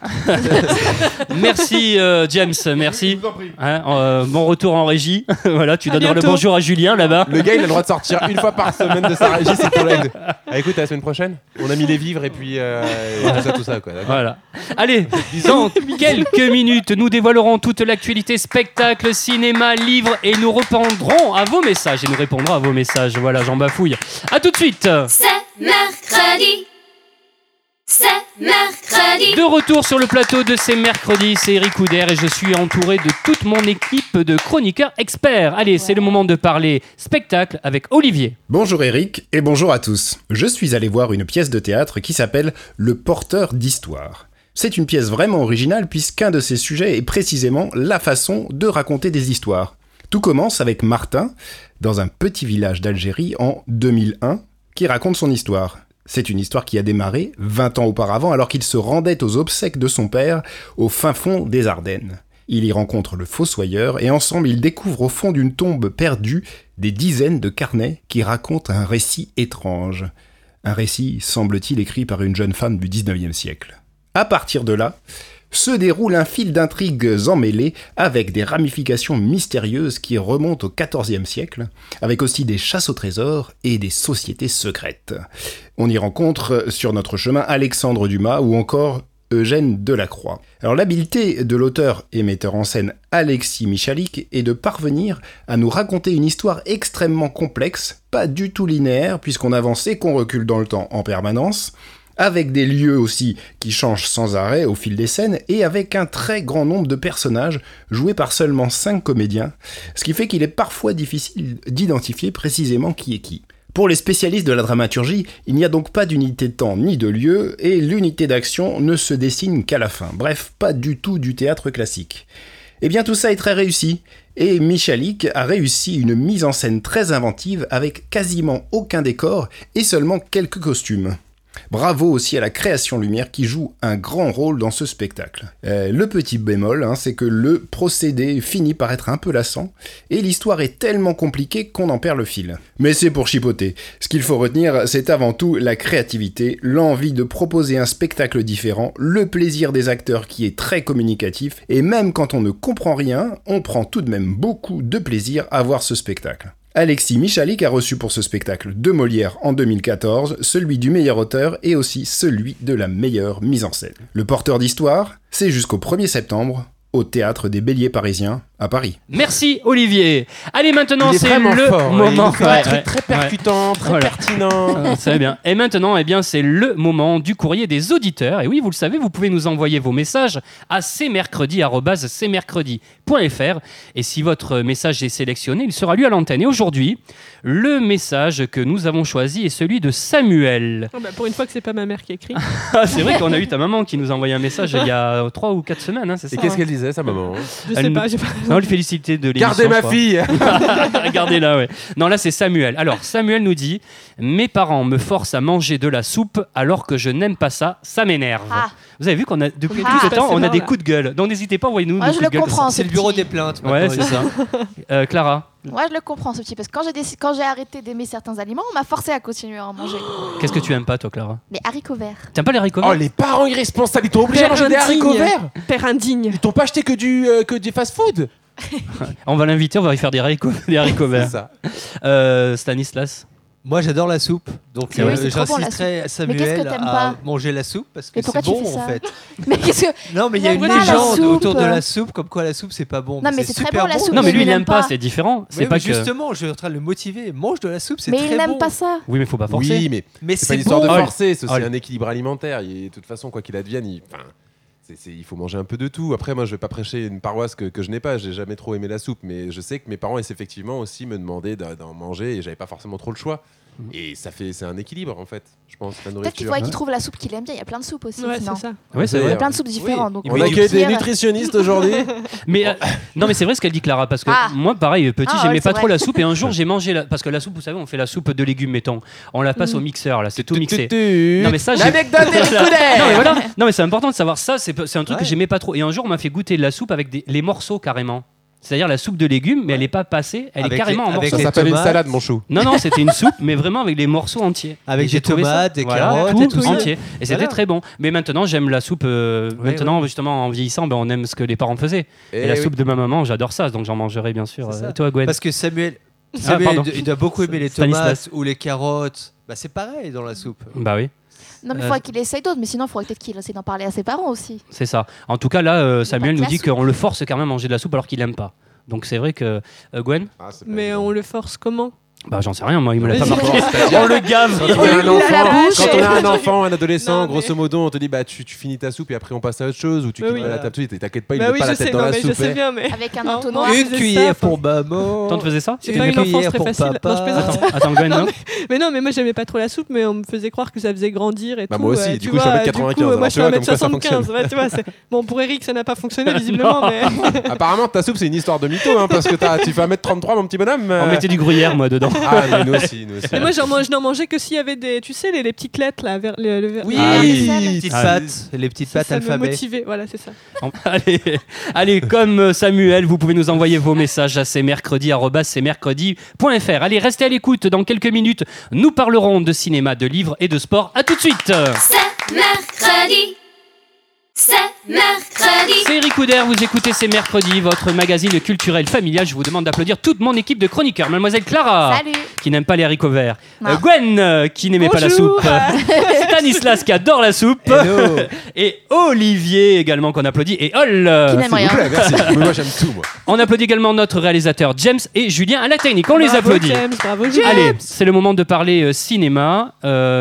[SPEAKER 3] Merci James, merci.
[SPEAKER 9] Je vous en prie.
[SPEAKER 3] Hein, bon retour en régie. Voilà, tu
[SPEAKER 6] À
[SPEAKER 3] donneras le
[SPEAKER 6] bientôt.
[SPEAKER 3] bonjour à Julien là-bas.
[SPEAKER 4] Le gars, il a le droit de sortir une fois par semaine de sa régie, c'est pour l'aide. Ah, écoute, à la semaine prochaine, on a mis les vivres et puis tout ça, quoi. D'accord.
[SPEAKER 3] Voilà. Allez, dans quelques minutes, nous dévoilerons toute l'actualité spectacle, cinéma, livres et nous répondrons à vos messages. Et nous répondrons à vos messages. Voilà, j'en bafouille. À tout de suite.
[SPEAKER 2] C'est mercredi. C'est mercredi.
[SPEAKER 3] De retour sur le plateau de ces mercredis, c'est Eric Couder et je suis entouré de toute mon équipe de chroniqueurs experts. Allez, c'est le moment de parler spectacle avec Olivier.
[SPEAKER 1] Bonjour Eric et bonjour à tous. Je suis allé voir une pièce de théâtre qui s'appelle Le porteur d'histoire. C'est une pièce vraiment originale puisqu'un de ses sujets est précisément la façon de raconter des histoires. Tout commence avec Martin, dans un petit village d'Algérie en 2001, qui raconte son histoire. C'est une histoire qui a démarré 20 ans auparavant alors qu'il se rendait aux obsèques de son père au fin fond des Ardennes. Il y rencontre le fossoyeur et ensemble ils découvrent au fond d'une tombe perdue des dizaines de carnets qui racontent un récit étrange. Un récit, semble-t-il, écrit par une jeune femme du 19e siècle. À partir de là, se déroule un fil d'intrigues emmêlées avec des ramifications mystérieuses qui remontent au XIVe siècle, avec aussi des chasses au trésor et des sociétés secrètes. On y rencontre sur notre chemin Alexandre Dumas ou encore Eugène Delacroix. Alors l'habileté de l'auteur et metteur en scène Alexis Michalik est de parvenir à nous raconter une histoire extrêmement complexe, pas du tout linéaire puisqu'on avance et qu'on recule dans le temps en permanence, avec des lieux aussi qui changent sans arrêt au fil des scènes, et avec un très grand nombre de personnages joués par seulement 5 comédiens, ce qui fait qu'il est parfois difficile d'identifier précisément qui est qui. Pour les spécialistes de la dramaturgie, il n'y a donc pas d'unité de temps ni de lieu, et l'unité d'action ne se dessine qu'à la fin. Bref, pas du tout du théâtre classique. Eh bien tout ça est très réussi, et Michalik a réussi une mise en scène très inventive avec quasiment aucun décor et seulement quelques costumes. Bravo aussi à la création lumière qui joue un grand rôle dans ce spectacle. Le petit bémol, c'est que le procédé finit par être un peu lassant, et l'histoire est tellement compliquée qu'on en perd le fil. Mais c'est pour chipoter. Ce qu'il faut retenir, c'est avant tout la créativité, l'envie de proposer un spectacle différent, le plaisir des acteurs qui est très communicatif, et même quand on ne comprend rien, on prend tout de même beaucoup de plaisir à voir ce spectacle. Alexis Michalik a reçu pour ce spectacle 2 Molières en 2014, celui du meilleur auteur et aussi celui de la meilleure mise en scène. Le porteur d'histoire, c'est jusqu'au 1er septembre, au Théâtre des Béliers Parisiens, à Paris.
[SPEAKER 3] Merci Olivier. Allez, maintenant
[SPEAKER 4] Il est
[SPEAKER 3] c'est
[SPEAKER 4] vraiment
[SPEAKER 3] le
[SPEAKER 4] fort, hein.
[SPEAKER 3] moment.
[SPEAKER 4] Il fait un truc très percutant, très pertinent.
[SPEAKER 3] C'est bien. Et maintenant, c'est le moment du courrier des auditeurs. Et oui, vous le savez, vous pouvez nous envoyer vos messages à cmercredi@cmercredi.fr. Et si votre message est sélectionné, il sera lu à l'antenne. Et aujourd'hui, le message que nous avons choisi est celui de Samuel.
[SPEAKER 6] Pour une fois que c'est pas ma mère qui écrit.
[SPEAKER 3] C'est vrai qu'on a eu ta maman qui nous a envoyé un message il y a 3 ou 4 semaines. C'est
[SPEAKER 4] Et
[SPEAKER 3] ça,
[SPEAKER 4] qu'est-ce qu'elle disait, sa maman?
[SPEAKER 6] Je sais pas, j'ai pas.
[SPEAKER 3] Non, elle félicitait de l'émission.
[SPEAKER 4] Gardez ma fille.
[SPEAKER 3] Gardez-la, ouais. Non, là, c'est Samuel. Alors, Samuel nous dit « Mes parents me forcent à manger de la soupe alors que je n'aime pas ça, ça m'énerve.
[SPEAKER 5] Ah.
[SPEAKER 3] Vous avez vu qu'on a, depuis
[SPEAKER 5] Ah.
[SPEAKER 3] quelques temps, on a
[SPEAKER 6] Passé
[SPEAKER 3] des
[SPEAKER 6] par
[SPEAKER 3] coups de gueule. Donc, n'hésitez pas, envoyez-nous
[SPEAKER 5] Moi,
[SPEAKER 3] nos
[SPEAKER 5] je
[SPEAKER 3] coups
[SPEAKER 5] le
[SPEAKER 3] de gueule.
[SPEAKER 5] comprends.
[SPEAKER 7] C'est le
[SPEAKER 5] ce
[SPEAKER 7] bureau
[SPEAKER 5] petit.
[SPEAKER 7] des plaintes.
[SPEAKER 3] Ouais,
[SPEAKER 7] maintenant,
[SPEAKER 3] c'est ça. Clara,
[SPEAKER 5] Moi, je le comprends, ce petit. Parce que quand j'ai arrêté d'aimer certains aliments, on m'a forcé à continuer à en manger.
[SPEAKER 3] qu'est-ce que tu aimes pas, toi, Clara?
[SPEAKER 5] Les haricots verts.
[SPEAKER 3] T'aimes pas les haricots
[SPEAKER 4] Oh,
[SPEAKER 3] verts?
[SPEAKER 4] les parents irresponsables, ils t'ont obligé à manger des haricots verts.
[SPEAKER 6] Père indigne.
[SPEAKER 4] Ils t'ont pas acheté que du fast-food.
[SPEAKER 3] On va l'inviter, on va lui faire des haricots
[SPEAKER 4] C'est
[SPEAKER 3] verts.
[SPEAKER 4] ça.
[SPEAKER 3] Stanislas?
[SPEAKER 7] Moi, j'adore la soupe. Donc,
[SPEAKER 3] C'est vrai.
[SPEAKER 5] C'est trop bon, la
[SPEAKER 7] j'inciterai
[SPEAKER 5] qu'est-ce
[SPEAKER 7] Samuel
[SPEAKER 5] que t'aimes
[SPEAKER 7] à
[SPEAKER 5] pas
[SPEAKER 7] manger la soupe parce que
[SPEAKER 5] Mais pourquoi
[SPEAKER 7] c'est
[SPEAKER 5] tu
[SPEAKER 7] bon,
[SPEAKER 5] fais ça
[SPEAKER 7] en fait.
[SPEAKER 5] Mais qu'est-ce que.
[SPEAKER 7] Non, mais il y a une
[SPEAKER 5] J'aime pas la
[SPEAKER 7] légende
[SPEAKER 5] soupe.
[SPEAKER 7] autour de la soupe, comme quoi la soupe, c'est pas bon.
[SPEAKER 5] Non, mais c'est très
[SPEAKER 7] super
[SPEAKER 5] bon, la soupe.
[SPEAKER 3] Non, mais lui,
[SPEAKER 5] il
[SPEAKER 3] il
[SPEAKER 5] n'aime
[SPEAKER 3] n'aime pas,
[SPEAKER 5] pas.
[SPEAKER 3] c'est différent. C'est
[SPEAKER 7] Oui,
[SPEAKER 3] pas
[SPEAKER 7] mais
[SPEAKER 3] que...
[SPEAKER 7] justement, je suis en train de le motiver. Mange de la soupe, c'est
[SPEAKER 5] Mais
[SPEAKER 7] très
[SPEAKER 5] il n'aime
[SPEAKER 7] bon.
[SPEAKER 5] pas ça.
[SPEAKER 3] Oui, mais faut pas forcer.
[SPEAKER 4] Oui, mais
[SPEAKER 7] Mais
[SPEAKER 4] c'est pas
[SPEAKER 7] c'est
[SPEAKER 4] une histoire
[SPEAKER 7] bon.
[SPEAKER 4] de forcer, c'est aussi
[SPEAKER 3] Allez.
[SPEAKER 4] un équilibre alimentaire. De toute façon, quoi qu'il advienne, il faut manger un peu de tout. Après, moi, je vais pas prêcher une paroisse que je n'ai pas. J'ai jamais trop aimé la soupe, mais je sais que mes parents effectivement aussi me demandaient d'en manger et j'avais pas forcément trop le choix. Et c'est un équilibre en fait, je pense, la
[SPEAKER 5] Peut-être qu'il
[SPEAKER 4] nourriture.
[SPEAKER 5] faudrait qu'il trouve la soupe qu'il aime bien. Il y a plein de soupes aussi.
[SPEAKER 6] Ouais,
[SPEAKER 5] sinon.
[SPEAKER 6] c'est ça.
[SPEAKER 3] Ouais, c'est
[SPEAKER 5] Il y
[SPEAKER 3] vrai.
[SPEAKER 5] a plein de soupes différentes. Donc
[SPEAKER 4] On accueille des nutritionnistes aujourd'hui.
[SPEAKER 3] Mais non, mais c'est vrai ce qu'elle dit, Clara, parce que
[SPEAKER 5] Ah.
[SPEAKER 3] moi, pareil, petit,
[SPEAKER 5] Ah,
[SPEAKER 3] j'aimais
[SPEAKER 5] ouais,
[SPEAKER 3] pas
[SPEAKER 5] c'est
[SPEAKER 3] trop
[SPEAKER 5] vrai.
[SPEAKER 3] la soupe, et un jour j'ai mangé parce que la soupe, vous savez, on fait la soupe de légumes, mettons, on la passe au mixeur, là, c'est tout mixé. Non, mais ça,
[SPEAKER 4] l'anecdote
[SPEAKER 3] non, mais voilà. Non, mais c'est important de savoir ça. C'est un truc que j'aimais pas trop. Et un jour, on m'a fait goûter de la soupe avec les morceaux carrément. C'est-à-dire la soupe de légumes, mais elle est pas passée, elle est
[SPEAKER 7] Avec
[SPEAKER 3] carrément en
[SPEAKER 7] avec
[SPEAKER 3] morceaux.
[SPEAKER 4] Ça
[SPEAKER 7] les
[SPEAKER 4] s'appelle une
[SPEAKER 7] tomates.
[SPEAKER 4] salade, mon chou.
[SPEAKER 3] Non, c'était une soupe, mais vraiment avec les morceaux entiers.
[SPEAKER 7] Avec
[SPEAKER 3] Et j'ai
[SPEAKER 7] des
[SPEAKER 3] trouvé ça-
[SPEAKER 7] tomates, des
[SPEAKER 3] voilà,
[SPEAKER 7] carottes
[SPEAKER 3] tout
[SPEAKER 7] et tout ça.
[SPEAKER 3] entier. Et c'était
[SPEAKER 7] Voilà.
[SPEAKER 3] très bon. Mais maintenant, j'aime la soupe. Maintenant, justement, en vieillissant, on aime ce que les parents faisaient. Et la soupe de ma maman, j'adore ça, donc j'en mangerai bien sûr.
[SPEAKER 7] C'est ça.
[SPEAKER 3] Toi, Gwen?
[SPEAKER 7] Parce que Samuel,
[SPEAKER 3] pardon.
[SPEAKER 7] il doit beaucoup aimer les
[SPEAKER 3] Stanislas.
[SPEAKER 7] tomates ou les carottes. Bah, c'est pareil dans la soupe.
[SPEAKER 3] Bah oui.
[SPEAKER 5] Non, mais il faudrait qu'il essaye d'autres. Mais sinon, il faudrait peut-être qu'il essaie d'en parler à ses parents aussi.
[SPEAKER 3] C'est ça. En tout cas, là, Samuel
[SPEAKER 5] Pas que
[SPEAKER 3] nous
[SPEAKER 5] la
[SPEAKER 3] dit
[SPEAKER 5] soupe.
[SPEAKER 3] qu'on le force quand même à manger de la soupe alors qu'il aime pas. Donc c'est vrai que Gwen,
[SPEAKER 6] Mais on le force comment?
[SPEAKER 3] bah j'en sais rien, moi il me l'a pas
[SPEAKER 6] Vas-y.
[SPEAKER 3] marqué. On le gave.
[SPEAKER 4] Quand on est un enfant,
[SPEAKER 5] la bouche.
[SPEAKER 4] quand on est un enfant, un adolescent,
[SPEAKER 6] Non, mais-
[SPEAKER 4] grosso modo, on te dit bah tu finis ta soupe et après on passe à autre chose ou tu
[SPEAKER 6] Bah
[SPEAKER 4] quittes
[SPEAKER 6] oui.
[SPEAKER 4] pas la table tout de suite. Et t'inquiète pas, il
[SPEAKER 6] Bah
[SPEAKER 4] met
[SPEAKER 6] oui,
[SPEAKER 4] pas
[SPEAKER 6] je
[SPEAKER 4] la tête
[SPEAKER 6] sais,
[SPEAKER 4] dans
[SPEAKER 6] non,
[SPEAKER 4] la
[SPEAKER 6] mais je
[SPEAKER 4] soupe.
[SPEAKER 6] sais bien, mais.
[SPEAKER 5] Avec un
[SPEAKER 6] Non,
[SPEAKER 5] entonnoir.
[SPEAKER 6] non,
[SPEAKER 7] Une
[SPEAKER 6] faisais
[SPEAKER 7] cuillère
[SPEAKER 6] ça,
[SPEAKER 7] pour maman.
[SPEAKER 3] Tant te faisais ça?
[SPEAKER 6] J'ai
[SPEAKER 7] Une
[SPEAKER 6] pas eu l'enfance
[SPEAKER 7] cuillère
[SPEAKER 6] très
[SPEAKER 7] pour
[SPEAKER 6] facile.
[SPEAKER 7] papa.
[SPEAKER 6] Non, je plaisante.
[SPEAKER 3] Attends, Gwen, non?
[SPEAKER 6] Mais non, mais moi j'aimais pas trop la soupe, mais on me faisait croire que ça faisait grandir et
[SPEAKER 4] Bah,
[SPEAKER 6] tout.
[SPEAKER 4] moi aussi,
[SPEAKER 6] tu
[SPEAKER 4] du coup, je suis
[SPEAKER 6] vois,
[SPEAKER 4] 1m95,
[SPEAKER 6] du coup,
[SPEAKER 4] alors
[SPEAKER 6] moi
[SPEAKER 4] tu
[SPEAKER 6] je suis
[SPEAKER 4] vois comme quoi ça
[SPEAKER 6] 1m75. Ouais, tu vois, bon, pour Eric, ça n'a pas fonctionné visiblement, mais.
[SPEAKER 4] Apparemment ta soupe c'est une histoire de mytho hein, parce que tu fais 1m33 mon petit bonhomme.
[SPEAKER 3] On mettait du gruyère moi dedans.
[SPEAKER 4] Ah mais nous aussi.
[SPEAKER 6] Mais moi, je n'en mangeais que s'il y avait des, tu sais, les petites lettres là, vers le.
[SPEAKER 7] Oui,
[SPEAKER 3] Ah oui.
[SPEAKER 7] les petites
[SPEAKER 3] Ah,
[SPEAKER 7] pâtes, les petites pâtes
[SPEAKER 6] ça me
[SPEAKER 7] alphabet.
[SPEAKER 6] motivait, voilà, c'est ça.
[SPEAKER 3] Allez, comme Samuel, vous pouvez nous envoyer vos messages à cmercredi@cmercredi.fr. Allez, restez à l'écoute. Dans quelques minutes, nous parlerons de cinéma, de livres et de sport. À tout de suite.
[SPEAKER 2] C'est mercredi. C'est mercredi.
[SPEAKER 3] C'est Eric Couder, vous écoutez C'est Mercredi, votre magazine culturel familial. Je vous demande d'applaudir toute mon équipe de chroniqueurs. Mademoiselle Clara,
[SPEAKER 5] Salut.
[SPEAKER 3] qui n'aime pas les haricots verts.
[SPEAKER 5] Non.
[SPEAKER 3] Gwen, qui n'aimait pas la
[SPEAKER 6] Bonjour.
[SPEAKER 3] soupe. Stanislas, qui adore la soupe.
[SPEAKER 7] Hello.
[SPEAKER 3] Et Olivier, également, qu'on applaudit. Et Ol.
[SPEAKER 5] Qui n'aime rien.
[SPEAKER 4] Ouais, merci. Mais moi j'aime tout moi.
[SPEAKER 3] On applaudit également notre réalisateur James et Julien à la technique. On les
[SPEAKER 6] Bravo,
[SPEAKER 3] applaudit.
[SPEAKER 6] James, bravo, James.
[SPEAKER 3] Allez, c'est le moment de parler cinéma.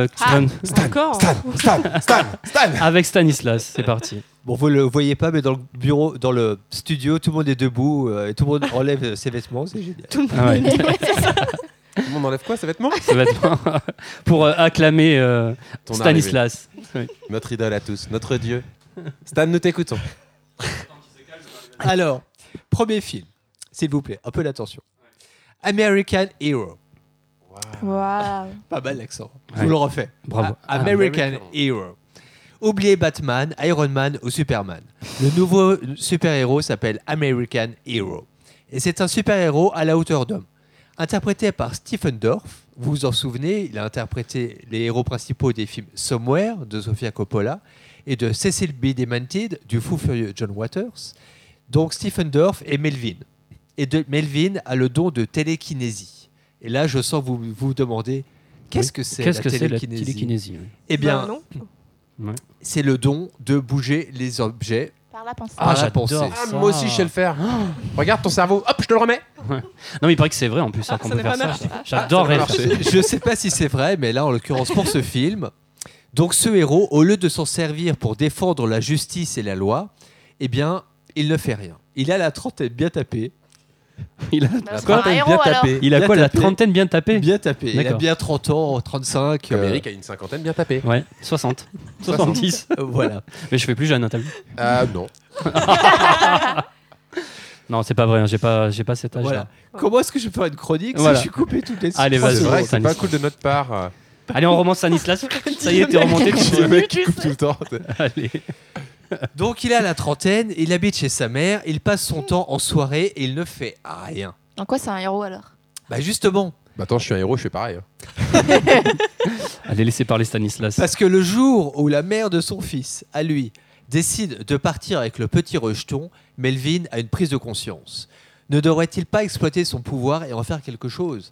[SPEAKER 6] Encore.
[SPEAKER 4] Stan.
[SPEAKER 3] Avec Stanislas, c'est parti.
[SPEAKER 7] Bon, vous le voyez pas, mais dans le bureau, dans le studio, tout le monde est debout et tout le monde enlève ses vêtements. C'est génial.
[SPEAKER 3] Ah ouais.
[SPEAKER 4] Tout le monde enlève quoi, ses vêtements?
[SPEAKER 3] Ça va être pour acclamer
[SPEAKER 4] Ton
[SPEAKER 3] Stanislas. Oui.
[SPEAKER 4] Notre idole à tous, notre dieu. Stan, nous t'écoutons.
[SPEAKER 7] Alors, premier film, s'il vous plaît, un peu d'attention. American Hero.
[SPEAKER 5] Waouh.
[SPEAKER 7] Pas mal l'accent. Je
[SPEAKER 3] Ouais.
[SPEAKER 7] vous le refais.
[SPEAKER 3] Bravo.
[SPEAKER 7] American Hero. Oubliez Batman, Iron Man ou Superman. Le nouveau super-héros s'appelle American Hero. Et c'est un super-héros à la hauteur d'homme. Interprété par Stephen Dorff, vous vous en souvenez, il a interprété les héros principaux des films Somewhere de Sofia Coppola et de Cecil B. Demented du fou furieux John Waters. Donc Stephen Dorff est Melvin. Et Melvin a le don de télékinésie. Et là, je sens que vous vous demandez qu'est-ce que c'est
[SPEAKER 3] Qu'est-ce que c'est la
[SPEAKER 7] télékinésie
[SPEAKER 3] télékinésie? Oui.
[SPEAKER 7] Eh bien,
[SPEAKER 6] non.
[SPEAKER 7] c'est le don de bouger les objets
[SPEAKER 5] Par la pensée.
[SPEAKER 7] par la
[SPEAKER 3] j'adore
[SPEAKER 7] pensée.
[SPEAKER 4] Ah,
[SPEAKER 3] ça.
[SPEAKER 4] moi aussi, je sais le faire. Regarde ton cerveau, hop, je te le remets.
[SPEAKER 3] Non, mais il paraît que c'est vrai en plus hein, qu'on
[SPEAKER 6] ça
[SPEAKER 3] peut
[SPEAKER 6] n'a
[SPEAKER 3] faire
[SPEAKER 6] pas
[SPEAKER 3] ça.
[SPEAKER 6] marché.
[SPEAKER 3] J'adorerais
[SPEAKER 4] Ça
[SPEAKER 3] faire
[SPEAKER 4] n'a
[SPEAKER 3] ça.
[SPEAKER 4] pas
[SPEAKER 7] Je ne sais pas si c'est vrai, mais là, en l'occurrence, pour ce film, donc ce héros, au lieu de s'en servir pour défendre la justice et la loi, eh bien, il ne fait rien. Il a la trentaine bien tapée.
[SPEAKER 3] Il a,
[SPEAKER 5] Bah, c'est
[SPEAKER 3] quoi
[SPEAKER 5] un héros alors.
[SPEAKER 3] Il a
[SPEAKER 7] Bien
[SPEAKER 3] quoi, la
[SPEAKER 7] tapé.
[SPEAKER 3] trentaine bien tapée?
[SPEAKER 7] Bien tapé. Il a
[SPEAKER 3] D'accord.
[SPEAKER 7] bien 30 ans, 35.
[SPEAKER 4] Comme Eric a une cinquantaine bien tapée.
[SPEAKER 3] Ouais, 60. 70.
[SPEAKER 7] Voilà.
[SPEAKER 3] Mais je fais plus jeune, hein, t'as vu?
[SPEAKER 4] Non.
[SPEAKER 3] Non, c'est pas vrai, hein, j'ai pas cet âge-là.
[SPEAKER 7] Voilà. Comment est-ce que je peux faire une chronique
[SPEAKER 3] Voilà.
[SPEAKER 7] si je suis coupé toutes les
[SPEAKER 3] Allez,
[SPEAKER 7] trois
[SPEAKER 3] vas-y.
[SPEAKER 4] C'est
[SPEAKER 7] secondes
[SPEAKER 4] vrai que c'est pas
[SPEAKER 3] Stanislas.
[SPEAKER 4] cool de notre part.
[SPEAKER 3] Allez, on remonte Stanislas. Ça y est, t'es remonté.
[SPEAKER 4] C'est le mec qui coupe tout le temps.
[SPEAKER 3] Allez.
[SPEAKER 7] Donc il a la trentaine, il habite chez sa mère, il passe son temps en soirée et il ne fait rien.
[SPEAKER 5] En quoi c'est un héros alors?
[SPEAKER 7] Bah justement,
[SPEAKER 4] Bah attends, je suis un héros, je fais pareil. hein.
[SPEAKER 3] Allez, laissez parler Stanislas.
[SPEAKER 7] parce que le jour où la mère de son fils, à lui, décide de partir avec le petit rejeton, Melvin a une prise de conscience. Ne devrait-il pas exploiter son pouvoir et en faire quelque chose?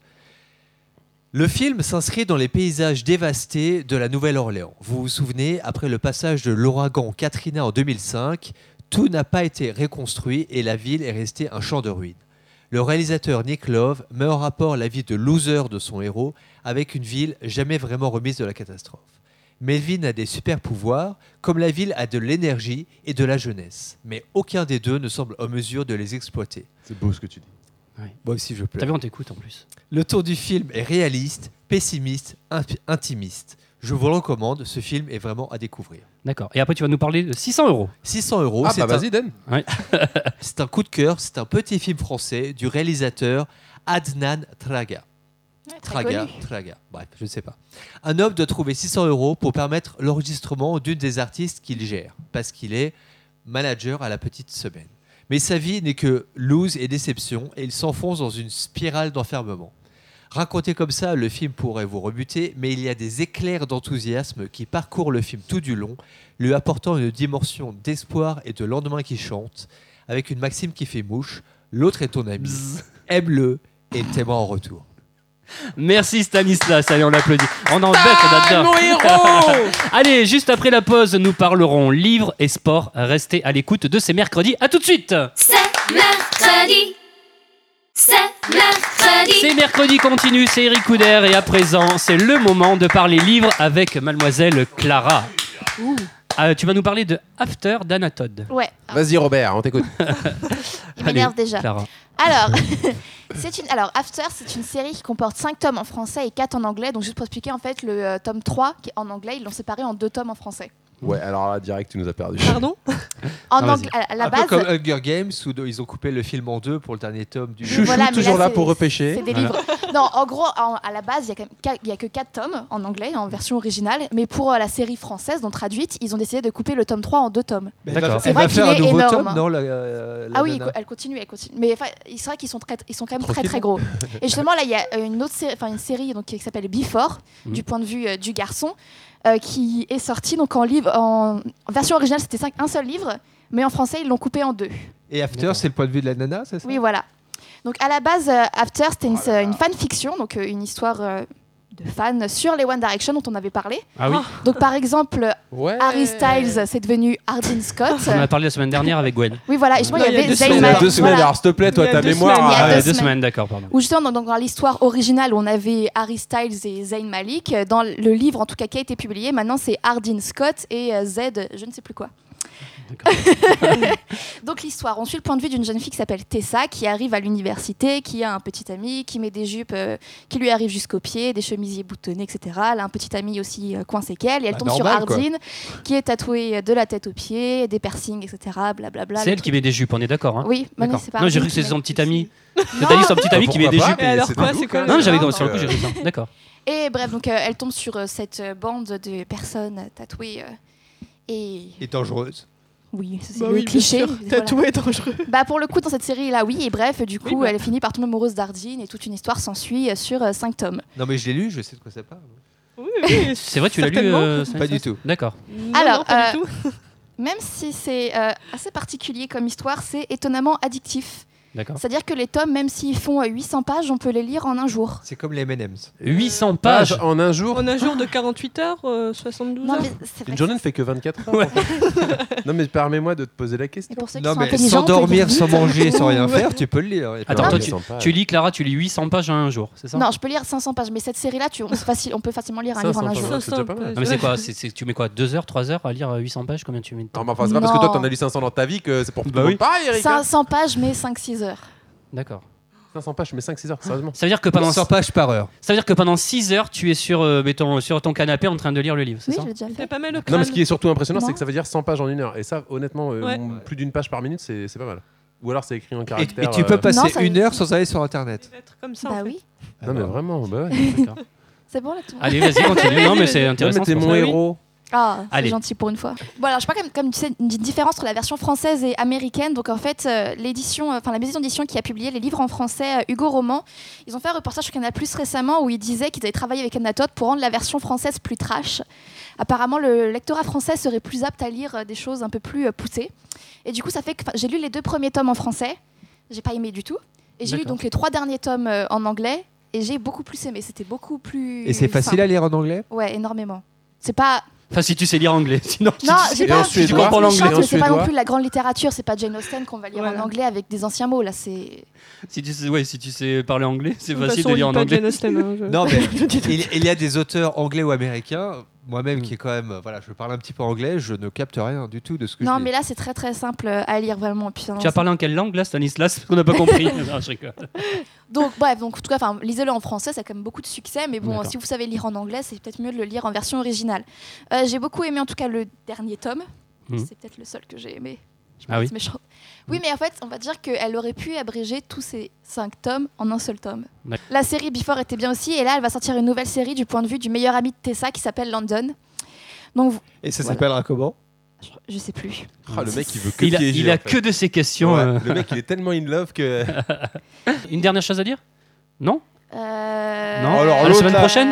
[SPEAKER 7] Le film s'inscrit dans les paysages dévastés de la Nouvelle-Orléans. Vous vous souvenez, après le passage de l'ouragan Katrina en 2005, tout n'a pas été reconstruit et la ville est restée un champ de ruines. Le réalisateur Nick Love met en rapport la vie de loser de son héros avec une ville jamais vraiment remise de la catastrophe. Melvin a des super pouvoirs, comme la ville a de l'énergie et de la jeunesse, mais aucun des deux ne semble en mesure de les exploiter.
[SPEAKER 4] C'est beau ce que tu dis.
[SPEAKER 7] Moi aussi je
[SPEAKER 3] T'as
[SPEAKER 7] pleure.
[SPEAKER 3] vu, on t'écoute en plus.
[SPEAKER 7] Le ton du film est réaliste, pessimiste, intimiste. Je vous le recommande, ce film est vraiment à découvrir.
[SPEAKER 3] D'accord. Et après, tu vas nous parler de 600 €.
[SPEAKER 7] 600 €,
[SPEAKER 4] Ah
[SPEAKER 7] c'est
[SPEAKER 4] bah
[SPEAKER 7] un-
[SPEAKER 4] vas-y, Dan.
[SPEAKER 7] c'est un coup de cœur, c'est un petit film français du réalisateur Adnan Traga.
[SPEAKER 5] Ouais, très connu.
[SPEAKER 7] Traga, bref, je ne sais pas. Un homme doit trouver 600 € pour permettre l'enregistrement d'une des artistes qu'il gère, parce qu'il est manager à la petite semaine. Mais sa vie n'est que lose et déception, et il s'enfonce dans une spirale d'enfermement. Raconté comme ça, le film pourrait vous rebuter, mais il y a des éclairs d'enthousiasme qui parcourent le film tout du long, lui apportant une dimension d'espoir et de lendemain qui chante, avec une maxime qui fait mouche, l'autre est ton ami, aime-le et t'aimera en retour.
[SPEAKER 3] Merci Stanislas. Allez, on l'applaudit. On en bête, on adore.
[SPEAKER 4] Mon héros.
[SPEAKER 3] Allez, juste après la pause, nous parlerons livres et sport. Restez à l'écoute de ces mercredis. À tout de suite.
[SPEAKER 2] C'est mercredi. C'est mercredi.
[SPEAKER 3] C'est mercredi continue, c'est Eric Couder et à présent, c'est le moment de parler livres avec mademoiselle Clara. Tu vas nous parler de After d'Anna Todd.
[SPEAKER 5] Ouais.
[SPEAKER 4] Vas-y, Robert, on t'écoute.
[SPEAKER 5] Il m'énerve
[SPEAKER 3] Allez,
[SPEAKER 5] déjà.
[SPEAKER 3] Clara.
[SPEAKER 5] Alors, After, c'est une série qui comporte 5 tomes en français et 4 en anglais. Donc, juste pour expliquer, en fait, le tome 3, qui est en anglais, ils l'ont séparé en 2 tomes en français.
[SPEAKER 4] Ouais, alors là, direct, tu nous as perdu.
[SPEAKER 6] Pardon?
[SPEAKER 5] En
[SPEAKER 3] Ah,
[SPEAKER 5] anglais, à la
[SPEAKER 7] Un
[SPEAKER 5] base.
[SPEAKER 7] peu comme Hunger Games où ils ont coupé le film en deux pour le dernier tome du.
[SPEAKER 4] Chouchou,
[SPEAKER 5] Voilà, mais
[SPEAKER 4] toujours là
[SPEAKER 5] c'est-
[SPEAKER 4] pour repêcher.
[SPEAKER 5] C'est des
[SPEAKER 3] Voilà.
[SPEAKER 5] livres. Non, en gros, à la base, il y a que 4 tomes en anglais, en version originale. Mais pour la série française, donc traduite, ils ont décidé de couper le tome 3 en 2 tomes.
[SPEAKER 7] Mais
[SPEAKER 3] D'accord.
[SPEAKER 7] Elle
[SPEAKER 5] C'est
[SPEAKER 7] va
[SPEAKER 5] vrai
[SPEAKER 7] faire
[SPEAKER 5] qu'il
[SPEAKER 7] un
[SPEAKER 5] est
[SPEAKER 7] nouveau
[SPEAKER 5] énorme.
[SPEAKER 7] tome, non la
[SPEAKER 5] Ah oui,
[SPEAKER 7] nana
[SPEAKER 5] elle continue. Mais enfin, c'est vrai qu'ils sont quand même très très gros. Et justement, là, il y a une série donc, qui s'appelle Before, du point de vue du garçon, qui est sortie donc en livre, en version originale, c'était un seul livre, mais en français, ils l'ont coupé en 2.
[SPEAKER 7] Et After, c'est le point de vue de la nana, c'est ça?
[SPEAKER 5] Oui, voilà. Donc à la base, After, c'était une fanfiction, donc une histoire de fans sur les One Direction dont on avait parlé.
[SPEAKER 3] Ah oui,
[SPEAKER 5] Donc par exemple,
[SPEAKER 4] Ouais.
[SPEAKER 5] Harry Styles, c'est devenu Hardin Scott.
[SPEAKER 3] on en a parlé la semaine dernière avec Gwen.
[SPEAKER 5] Oui, voilà. Et justement,
[SPEAKER 6] Non,
[SPEAKER 5] il y
[SPEAKER 6] il y a
[SPEAKER 5] avait
[SPEAKER 6] deux
[SPEAKER 5] Zayn
[SPEAKER 6] semaines.
[SPEAKER 4] Il y a
[SPEAKER 5] Malik.
[SPEAKER 4] 2 semaines,
[SPEAKER 5] Voilà.
[SPEAKER 4] alors s'il te plaît, toi,
[SPEAKER 6] Il y a
[SPEAKER 4] ta
[SPEAKER 6] 2
[SPEAKER 4] mémoire.
[SPEAKER 6] semaines, il y a
[SPEAKER 3] Ah,
[SPEAKER 5] deux
[SPEAKER 3] deux
[SPEAKER 5] semaines.
[SPEAKER 3] semaines, d'accord, pardon.
[SPEAKER 5] Où justement, dans l'histoire originale, on avait Harry Styles et Zayn Malik. Dans le livre, en tout cas, qui a été publié, maintenant c'est Hardin Scott et Z, je ne sais plus quoi. Donc l'histoire, on suit le point de vue d'une jeune fille qui s'appelle Tessa, qui arrive à l'université, qui a un petit ami, qui met des jupes qui lui arrivent jusqu'aux pieds, des chemisiers boutonnés, etc. Elle a un petit ami aussi coincé qu'elle, et elle tombe
[SPEAKER 7] normal,
[SPEAKER 5] sur Ardine, qui est tatouée de la tête aux pieds, des piercings, etc. Blablabla.
[SPEAKER 3] C'est elle qui met des jupes, on est d'accord hein.
[SPEAKER 5] Oui, mais
[SPEAKER 3] D'accord.
[SPEAKER 5] c'est pas
[SPEAKER 3] Non, j'ai
[SPEAKER 5] Ardine
[SPEAKER 3] cru que c'était
[SPEAKER 5] qui
[SPEAKER 3] son
[SPEAKER 5] met-
[SPEAKER 3] petit ami.
[SPEAKER 5] Non.
[SPEAKER 3] T'as dit son petit ami qui met des
[SPEAKER 4] pourquoi
[SPEAKER 3] jupes.
[SPEAKER 4] pas,
[SPEAKER 6] Et alors
[SPEAKER 4] c'est
[SPEAKER 6] quoi,
[SPEAKER 4] dingue,
[SPEAKER 6] c'est quoi
[SPEAKER 4] quand
[SPEAKER 6] le-
[SPEAKER 3] Non, j'avais
[SPEAKER 5] Non,
[SPEAKER 3] sur le coup, j'ai vu ça. D'accord.
[SPEAKER 5] Et bref, donc elle tombe sur cette bande de personnes tatouées et...
[SPEAKER 7] Et dangereuse.
[SPEAKER 5] Oui, ça, c'est
[SPEAKER 6] Bah
[SPEAKER 5] le
[SPEAKER 6] oui, bien
[SPEAKER 5] cliché.
[SPEAKER 6] sûr.
[SPEAKER 5] Voilà.
[SPEAKER 6] Tatoué dangereux.
[SPEAKER 5] Bah pour le coup dans cette série là oui et bref du coup
[SPEAKER 6] Oui, bah.
[SPEAKER 5] elle finit par tomber amoureuse d'Ardine et toute une histoire s'ensuit sur 5 tomes.
[SPEAKER 7] Non, mais je l'ai lu, je sais de quoi ça parle.
[SPEAKER 6] Oui, oui.
[SPEAKER 3] C'est vrai, tu l'as lu
[SPEAKER 6] Certainement.
[SPEAKER 3] ça,
[SPEAKER 7] Pas
[SPEAKER 3] ça
[SPEAKER 7] du tout.
[SPEAKER 3] D'accord.
[SPEAKER 6] Non,
[SPEAKER 5] Alors,
[SPEAKER 6] non, pas du tout.
[SPEAKER 5] Même si c'est assez particulier comme histoire, c'est étonnamment addictif.
[SPEAKER 3] D'accord.
[SPEAKER 5] C'est-à-dire que les tomes, même s'ils font 800 pages, on peut les lire en un jour.
[SPEAKER 7] C'est comme les M&M's.
[SPEAKER 3] 800 pages.
[SPEAKER 4] En un jour.
[SPEAKER 6] En un jour de 48 heures, 72
[SPEAKER 5] Non,
[SPEAKER 6] heures.
[SPEAKER 5] mais c'est vrai
[SPEAKER 4] Une
[SPEAKER 5] que
[SPEAKER 4] journée ne fait que 24 heures.
[SPEAKER 3] Ouais.
[SPEAKER 4] en fait. Non, mais permets-moi de te poser la question.
[SPEAKER 5] Et pour ceux qui
[SPEAKER 7] Non,
[SPEAKER 5] sont
[SPEAKER 7] mais
[SPEAKER 5] intelligents,
[SPEAKER 7] sans
[SPEAKER 5] on peut
[SPEAKER 7] dormir,
[SPEAKER 5] lire
[SPEAKER 7] sans
[SPEAKER 5] vite.
[SPEAKER 7] manger, sans rien
[SPEAKER 6] Ouais.
[SPEAKER 7] faire, tu peux le lire. Y a pas
[SPEAKER 3] Attends,
[SPEAKER 7] de
[SPEAKER 3] toi,
[SPEAKER 7] problème.
[SPEAKER 3] tu lis, Clara, tu lis 800 pages en un jour, c'est ça?
[SPEAKER 5] Non, je peux lire 500 pages, mais cette série-là, on peut facilement lire un livre en un
[SPEAKER 4] 500
[SPEAKER 5] jour.
[SPEAKER 4] pages. c'est déjà pas mal.
[SPEAKER 3] Ah, mais c'est quoi tu mets quoi 2 heures, 3 heures à lire 800 pages? Combien tu mets de temps?
[SPEAKER 4] Non, mais enfin, c'est pas parce que
[SPEAKER 5] Non.
[SPEAKER 4] toi t'en as lu 500 dans ta vie que c'est pour tout
[SPEAKER 3] Bah
[SPEAKER 4] le monde
[SPEAKER 3] oui.
[SPEAKER 4] pareil, Erika.
[SPEAKER 5] 500 pages, mais 5-6 heures.
[SPEAKER 3] D'accord.
[SPEAKER 4] 500 pages, mais 5-6 heures, sérieusement.
[SPEAKER 3] Ça veut dire que pendant
[SPEAKER 7] 100 pages par heure.
[SPEAKER 3] ça veut dire que pendant 6 heures, tu es sur ton canapé en train de lire le livre, c'est
[SPEAKER 5] Oui,
[SPEAKER 3] ça?
[SPEAKER 5] je l'ai déjà
[SPEAKER 6] T'as
[SPEAKER 5] fait.
[SPEAKER 6] pas mal au
[SPEAKER 4] Non,
[SPEAKER 6] crâne.
[SPEAKER 4] mais ce qui est surtout impressionnant,
[SPEAKER 5] Non.
[SPEAKER 4] c'est que ça veut dire 100 pages en 1 heure. Et ça, honnêtement,
[SPEAKER 6] Ouais.
[SPEAKER 4] plus d'une page par minute, c'est pas mal. Ou alors c'est écrit en
[SPEAKER 7] Et,
[SPEAKER 4] caractère.
[SPEAKER 7] et tu peux passer
[SPEAKER 5] Non, ça-
[SPEAKER 7] 1 heure sans aller sur Internet.
[SPEAKER 6] Être comme ça.
[SPEAKER 5] Bah
[SPEAKER 6] en fait.
[SPEAKER 5] oui,
[SPEAKER 4] Non, mais vraiment, bah ouais.
[SPEAKER 3] D'accord.
[SPEAKER 5] c'est bon là tout.
[SPEAKER 3] Allez, vas-y, continue. Non, mais c'est
[SPEAKER 4] Non,
[SPEAKER 3] intéressant.
[SPEAKER 4] mais t'es
[SPEAKER 3] c'est pour
[SPEAKER 4] mon
[SPEAKER 3] ça.
[SPEAKER 4] héros.
[SPEAKER 5] Ah, c'est
[SPEAKER 3] Allez.
[SPEAKER 5] gentil pour une fois. Bon, alors je sais pas comme tu sais une différence entre la version française et américaine. Donc en fait, la maison d'édition qui a publié les livres en français, Hugo Roman, ils ont fait un reportage sur Canal+ récemment où ils disaient qu'ils avaient travaillé avec Anatole pour rendre la version française plus trash. Apparemment, le lectorat français serait plus apte à lire des choses un peu plus poussées. Et du coup, ça fait que j'ai lu les 2 premiers tomes en français, j'ai pas aimé du tout. Et j'ai lu
[SPEAKER 3] D'accord.
[SPEAKER 5] donc les 3 derniers tomes en anglais et j'ai beaucoup plus aimé. C'était beaucoup plus.
[SPEAKER 7] Et c'est facile
[SPEAKER 5] simple.
[SPEAKER 7] à lire en anglais?
[SPEAKER 5] Ouais, énormément. C'est pas.
[SPEAKER 3] Enfin, si tu sais lire anglais. Sinon,
[SPEAKER 5] Non,
[SPEAKER 3] si
[SPEAKER 5] j'ai
[SPEAKER 3] tu-
[SPEAKER 5] pas
[SPEAKER 4] en
[SPEAKER 5] je vais
[SPEAKER 4] suédois.
[SPEAKER 5] pas être
[SPEAKER 3] Pour
[SPEAKER 5] méchante,
[SPEAKER 3] l'anglais.
[SPEAKER 5] mais c'est pas
[SPEAKER 4] En
[SPEAKER 5] non
[SPEAKER 4] suédois.
[SPEAKER 5] plus la grande littérature, c'est pas Jane Austen qu'on va lire
[SPEAKER 6] Voilà.
[SPEAKER 5] en anglais avec des anciens mots. Là, c'est.
[SPEAKER 3] si tu sais parler anglais, c'est
[SPEAKER 6] De toute
[SPEAKER 3] facile
[SPEAKER 6] façon,
[SPEAKER 3] de
[SPEAKER 6] on
[SPEAKER 3] lire
[SPEAKER 6] lit
[SPEAKER 3] en
[SPEAKER 6] pas
[SPEAKER 3] anglais.
[SPEAKER 6] Jane Austen, hein, je-
[SPEAKER 7] Non, mais il y a des auteurs anglais ou américains. Moi-même, qui est quand même. Voilà, je parle un petit peu anglais, je ne capte rien du tout de ce que
[SPEAKER 5] Non,
[SPEAKER 7] je lis.
[SPEAKER 5] mais là, c'est très très simple à lire vraiment. Puis,
[SPEAKER 3] Tu as parlé en quelle langue là, Stanislas? Parce qu'on n'a pas compris. Non, je rigole.
[SPEAKER 5] Donc, bref, donc, en tout cas, lisez-le en français, ça a quand même beaucoup de succès. Mais bon,
[SPEAKER 3] D'accord.
[SPEAKER 5] si vous savez lire en anglais, c'est peut-être mieux de le lire en version originale. J'ai beaucoup aimé en tout cas le dernier tome.
[SPEAKER 3] Mhm.
[SPEAKER 5] C'est peut-être le seul que j'ai aimé. Je
[SPEAKER 3] Ah oui.
[SPEAKER 5] pense méchante. Oui, mais en fait, on va dire qu'elle aurait pu abréger tous ces 5 tomes en un seul tome.
[SPEAKER 3] D'accord.
[SPEAKER 5] La série Before était bien aussi, et là, elle va sortir une nouvelle série du point de vue du meilleur ami de Tessa qui s'appelle Landon. Donc,
[SPEAKER 7] Et ça
[SPEAKER 5] Voilà.
[SPEAKER 7] s'appellera comment?
[SPEAKER 5] je sais plus.
[SPEAKER 4] Ah, le mec, il veut que
[SPEAKER 3] Il a,
[SPEAKER 4] piéger,
[SPEAKER 3] il a
[SPEAKER 4] en fait.
[SPEAKER 3] que de ces questions.
[SPEAKER 4] Ouais, le mec, il est tellement in love que.
[SPEAKER 3] Une dernière chose à dire? Non? Non,
[SPEAKER 7] alors
[SPEAKER 3] la
[SPEAKER 7] l'autre,
[SPEAKER 3] semaine
[SPEAKER 7] là.
[SPEAKER 3] prochaine?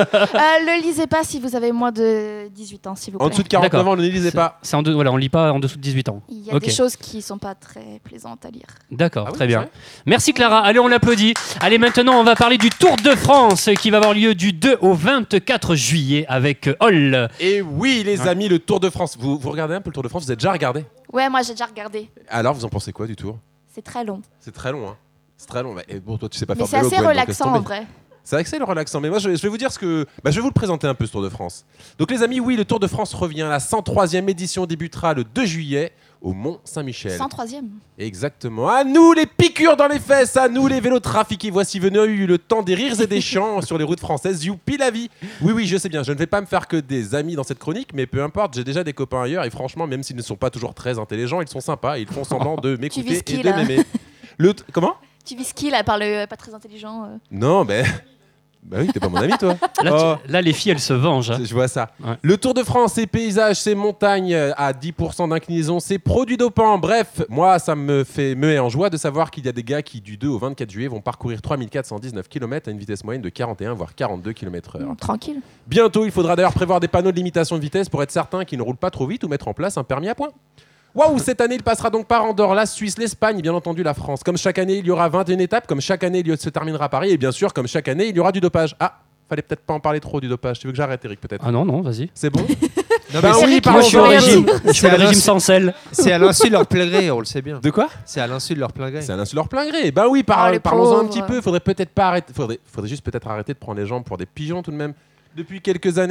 [SPEAKER 5] Le lisez pas si vous avez moins de 18 ans, s'il vous plaît.
[SPEAKER 4] En dessous de 49
[SPEAKER 3] D'accord.
[SPEAKER 4] ans, ne lisez pas.
[SPEAKER 3] C'est voilà, on lit pas en dessous de 18 ans.
[SPEAKER 5] Il y a
[SPEAKER 3] Ok.
[SPEAKER 5] des choses qui sont pas très plaisantes à lire.
[SPEAKER 3] D'accord,
[SPEAKER 4] Ah oui,
[SPEAKER 3] très
[SPEAKER 4] c'est
[SPEAKER 3] bien.
[SPEAKER 4] vrai
[SPEAKER 3] Merci Clara. Allez, on l'applaudit. Allez, maintenant, on va parler du Tour de France qui va avoir lieu du 2 au 24 juillet avec Hall.
[SPEAKER 4] Et oui, les amis, le Tour de France. Vous regardez un peu le Tour de France? Vous avez déjà regardé?
[SPEAKER 5] Ouais, moi j'ai déjà regardé.
[SPEAKER 4] Alors, vous en pensez quoi du Tour?
[SPEAKER 5] C'est très long.
[SPEAKER 4] C'est très long, hein. C'est très long. Et bon, toi, tu sais pas
[SPEAKER 5] Mais
[SPEAKER 4] faire
[SPEAKER 5] c'est
[SPEAKER 4] de vélo,
[SPEAKER 5] assez
[SPEAKER 4] Gwen, donc laisse
[SPEAKER 5] relaxant en
[SPEAKER 4] tomber.
[SPEAKER 5] vrai.
[SPEAKER 4] C'est vrai que c'est le relaxant, mais moi je vais vous dire je vais vous le présenter un peu ce Tour de France. Donc les amis, oui, le Tour de France revient. La 103e édition débutera le 2 juillet au Mont Saint-Michel.
[SPEAKER 5] 103e.
[SPEAKER 4] Exactement. À nous les piqûres dans les fesses, à nous les vélos trafiqués. Voici venu le temps des rires et des chants sur les routes françaises. Youpi la vie. Oui, je sais bien, je ne vais pas me faire que des amis dans cette chronique, mais peu importe, j'ai déjà des copains ailleurs et franchement, même s'ils ne sont pas toujours très intelligents, ils sont sympas, ils font semblant de m'écouter
[SPEAKER 5] vis qui,
[SPEAKER 4] et de
[SPEAKER 5] là
[SPEAKER 4] m'aimer. Comment?
[SPEAKER 5] Tu vis qui là par le pas très intelligent
[SPEAKER 4] Non, mais bah oui, t'es pas mon ami toi.
[SPEAKER 3] Là,
[SPEAKER 4] Oh.
[SPEAKER 3] là, les filles, elles se vengent. hein.
[SPEAKER 4] Je vois ça.
[SPEAKER 3] Ouais.
[SPEAKER 4] Le Tour de France, ses paysages, ses montagnes à 10% d'inclinaison, ses produits dopants. Bref, moi, ça me fait meuer en joie de savoir qu'il y a des gars qui, du 2 au 24 juillet, vont parcourir 3419 km à une vitesse moyenne de 41 voire 42 km/h.
[SPEAKER 5] Tranquille.
[SPEAKER 4] Bientôt, il faudra d'ailleurs prévoir des panneaux de limitation de vitesse pour être certain qu'ils ne roulent pas trop vite ou mettre en place un permis à points. Waouh, cette année, il passera donc par Andorre, la Suisse, l'Espagne, bien entendu la France. Comme chaque année, il y aura 21 étapes. Comme chaque année, il se terminera à Paris. Et bien sûr, comme chaque année, il y aura du dopage. Ah, fallait peut-être pas en parler trop du dopage. Tu veux que j'arrête, Eric, peut-être?
[SPEAKER 3] Ah non, vas-y.
[SPEAKER 4] C'est bon?
[SPEAKER 7] Non,
[SPEAKER 4] Bah
[SPEAKER 7] mais
[SPEAKER 4] oui,
[SPEAKER 3] Moi, je suis au
[SPEAKER 4] parlons-en.
[SPEAKER 3] régime. Je fais
[SPEAKER 7] C'est
[SPEAKER 3] le
[SPEAKER 7] à
[SPEAKER 3] régime
[SPEAKER 7] l'insu-
[SPEAKER 3] sans sel.
[SPEAKER 7] c'est à l'insu de leur plein gré, on le sait bien.
[SPEAKER 4] De quoi?
[SPEAKER 7] C'est à l'insu de leur plein gré.
[SPEAKER 4] C'est à l'insu de leur plein gré. Bah oui,
[SPEAKER 5] Oh, les
[SPEAKER 4] parlons-en un
[SPEAKER 5] pauvres.
[SPEAKER 4] petit peu. Faudrait peut-être pas arrêter. Faudrait juste peut-être arrêter de prendre les gens pour des pigeons tout de même. Depuis quelques années,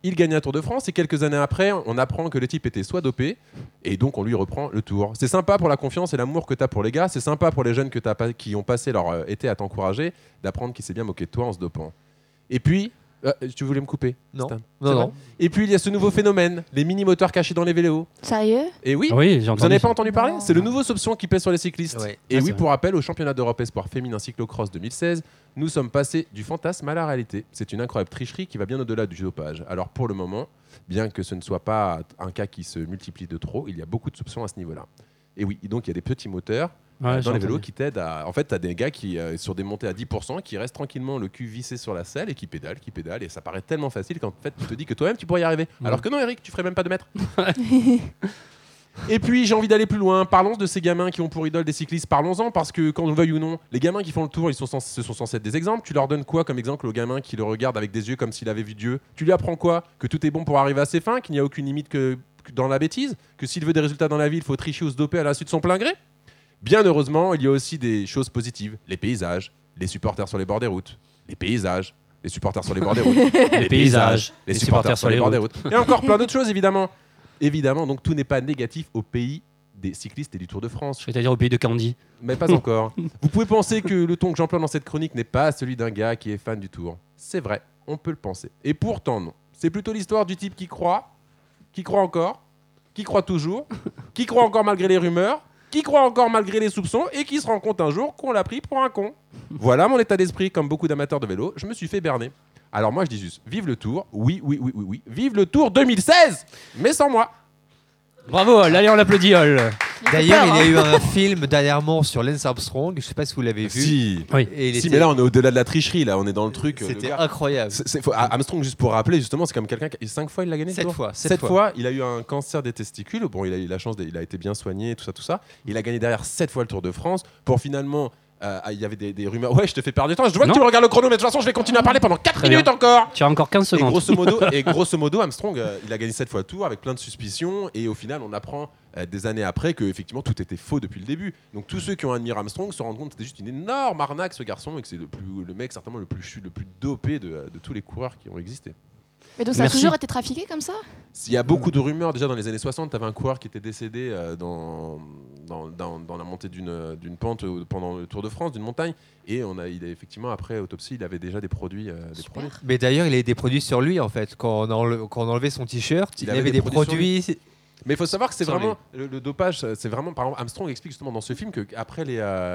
[SPEAKER 4] il gagne un Tour de France et quelques années après, on apprend que le type était soit dopé et donc on lui reprend le Tour. C'est sympa pour la confiance et l'amour que tu as pour les gars, c'est sympa pour les jeunes qui ont passé leur été à t'encourager d'apprendre qu'il s'est bien moqué de toi en se dopant. Et puis, tu voulais me couper?
[SPEAKER 7] Non.
[SPEAKER 4] Stan?
[SPEAKER 7] Non.
[SPEAKER 4] Et puis il y a ce nouveau phénomène, les mini-moteurs cachés dans les vélos.
[SPEAKER 5] Sérieux?
[SPEAKER 4] Et oui,
[SPEAKER 3] Oui, j'ai
[SPEAKER 4] vous n'en
[SPEAKER 3] entendu.
[SPEAKER 4] avez pas entendu parler?
[SPEAKER 5] Non.
[SPEAKER 4] C'est le nouveau option qui pèse sur les cyclistes.
[SPEAKER 7] Ouais.
[SPEAKER 4] Et
[SPEAKER 3] Ah,
[SPEAKER 4] oui,
[SPEAKER 3] c'est
[SPEAKER 4] pour rappel, au championnat d'Europe Espoir féminin cyclocross 2016, nous sommes passés du fantasme à la réalité. C'est une incroyable tricherie qui va bien au-delà du dopage. Alors pour le moment, bien que ce ne soit pas un cas qui se multiplie de trop, il y a beaucoup de soupçons à ce niveau-là. Et oui, donc il y a des petits moteurs
[SPEAKER 3] Ouais, j'ai
[SPEAKER 4] dans les vélos
[SPEAKER 3] entendu.
[SPEAKER 4] qui t'aident à... En fait, tu as des gars qui, sur des montées à 10%, qui restent tranquillement le cul vissé sur la selle et qui pédalent, et ça paraît tellement facile qu'en fait, tu te dis que toi-même, tu pourrais y arriver. Alors que non, Eric, tu ferais même pas de mètres. Et puis, j'ai envie d'aller plus loin. Parlons de ces gamins qui ont pour idole des cyclistes. Parlons-en, parce que, quand on le veuille ou non, les gamins qui font le tour, ce sont censés être des exemples. Tu leur donnes quoi comme exemple au gamin qui le regarde avec des yeux comme s'il avait vu Dieu? Tu lui apprends quoi? Que tout est bon pour arriver à ses fins, qu'il n'y a aucune limite que dans la bêtise, que s'il veut des résultats dans la vie, il faut tricher ou se doper à l'insu de son plein gré? Bien heureusement, il y a aussi des choses positives. Les paysages, les supporters sur les bords des routes. Les paysages, les supporters sur les bords des routes.
[SPEAKER 3] Les paysages,
[SPEAKER 4] les supporters sur les bords des routes. Et encore plein d'autres choses, évidemment. Évidemment, donc tout n'est pas négatif au pays des cyclistes et du Tour de France.
[SPEAKER 3] Je vais te dire au pays de Candy.
[SPEAKER 4] Mais pas encore. Vous pouvez penser que le ton que j'emploie dans cette chronique n'est pas celui d'un gars qui est fan du Tour. C'est vrai, on peut le penser. Et pourtant, non. C'est plutôt l'histoire du type qui croit encore, qui croit toujours, qui croit encore malgré les rumeurs, qui croit encore malgré les soupçons et qui se rend compte un jour qu'on l'a pris pour un con. Voilà mon état d'esprit, comme beaucoup d'amateurs de vélo, je me suis fait berner. Alors moi je dis juste, vive le Tour, oui, vive le Tour 2016, mais sans moi.
[SPEAKER 3] Bravo, Hall. Allez, on l'applaudit, Hall.
[SPEAKER 7] D'ailleurs, il y a eu un film dernièrement sur Lance Armstrong, je sais pas si vous l'avez vu.
[SPEAKER 4] Si,
[SPEAKER 3] Oui.
[SPEAKER 7] Et il
[SPEAKER 4] si
[SPEAKER 7] était-
[SPEAKER 4] mais là on est au-delà de la tricherie, là on est dans le truc. le
[SPEAKER 7] C'était
[SPEAKER 4] gars-
[SPEAKER 7] incroyable.
[SPEAKER 4] Armstrong, juste pour rappeler, justement, c'est comme quelqu'un qui 5 fois il l'a gagné. le
[SPEAKER 7] 7
[SPEAKER 4] Tour
[SPEAKER 7] fois,
[SPEAKER 4] 7 fois. Il a eu un cancer des testicules. Bon, il a eu la chance, il a été bien soigné, tout ça. Il a gagné derrière 7 fois le Tour de France pour finalement. Il y avait des rumeurs. Ouais, je te fais perdre du temps. Je vois
[SPEAKER 3] Non.
[SPEAKER 4] que tu me regardes le chrono, mais de toute façon, je vais continuer à parler pendant 4
[SPEAKER 3] Très
[SPEAKER 4] minutes
[SPEAKER 3] bien.
[SPEAKER 4] encore.
[SPEAKER 3] Tu as encore 15
[SPEAKER 4] Et
[SPEAKER 3] secondes.
[SPEAKER 4] grosso modo, Armstrong, il a gagné 7 fois le Tour avec plein de suspicions. Et au final, on apprend des années après que effectivement tout était faux depuis le début. Donc tous ceux qui ont admiré Armstrong se rendent compte que c'était juste une énorme arnaque, ce garçon, et que c'est le mec certainement le plus dopé de tous les coureurs qui ont existé.
[SPEAKER 5] Mais donc ça a
[SPEAKER 3] Merci.
[SPEAKER 5] toujours été trafiqué comme ça?
[SPEAKER 4] Il y a beaucoup de rumeurs. Déjà dans les années 60, tu avais un coureur qui était décédé dans la montée d'une pente pendant le Tour de France, d'une montagne. Et il a effectivement, après autopsie, il avait déjà des produits.
[SPEAKER 5] Super.
[SPEAKER 7] Mais d'ailleurs, il avait des produits sur lui en fait. Quand on enlevait son t-shirt, il avait des produits.
[SPEAKER 4] Mais il faut savoir que c'est
[SPEAKER 7] Sur
[SPEAKER 4] vraiment le dopage. C'est vraiment, par exemple, Armstrong explique justement dans ce film qu'après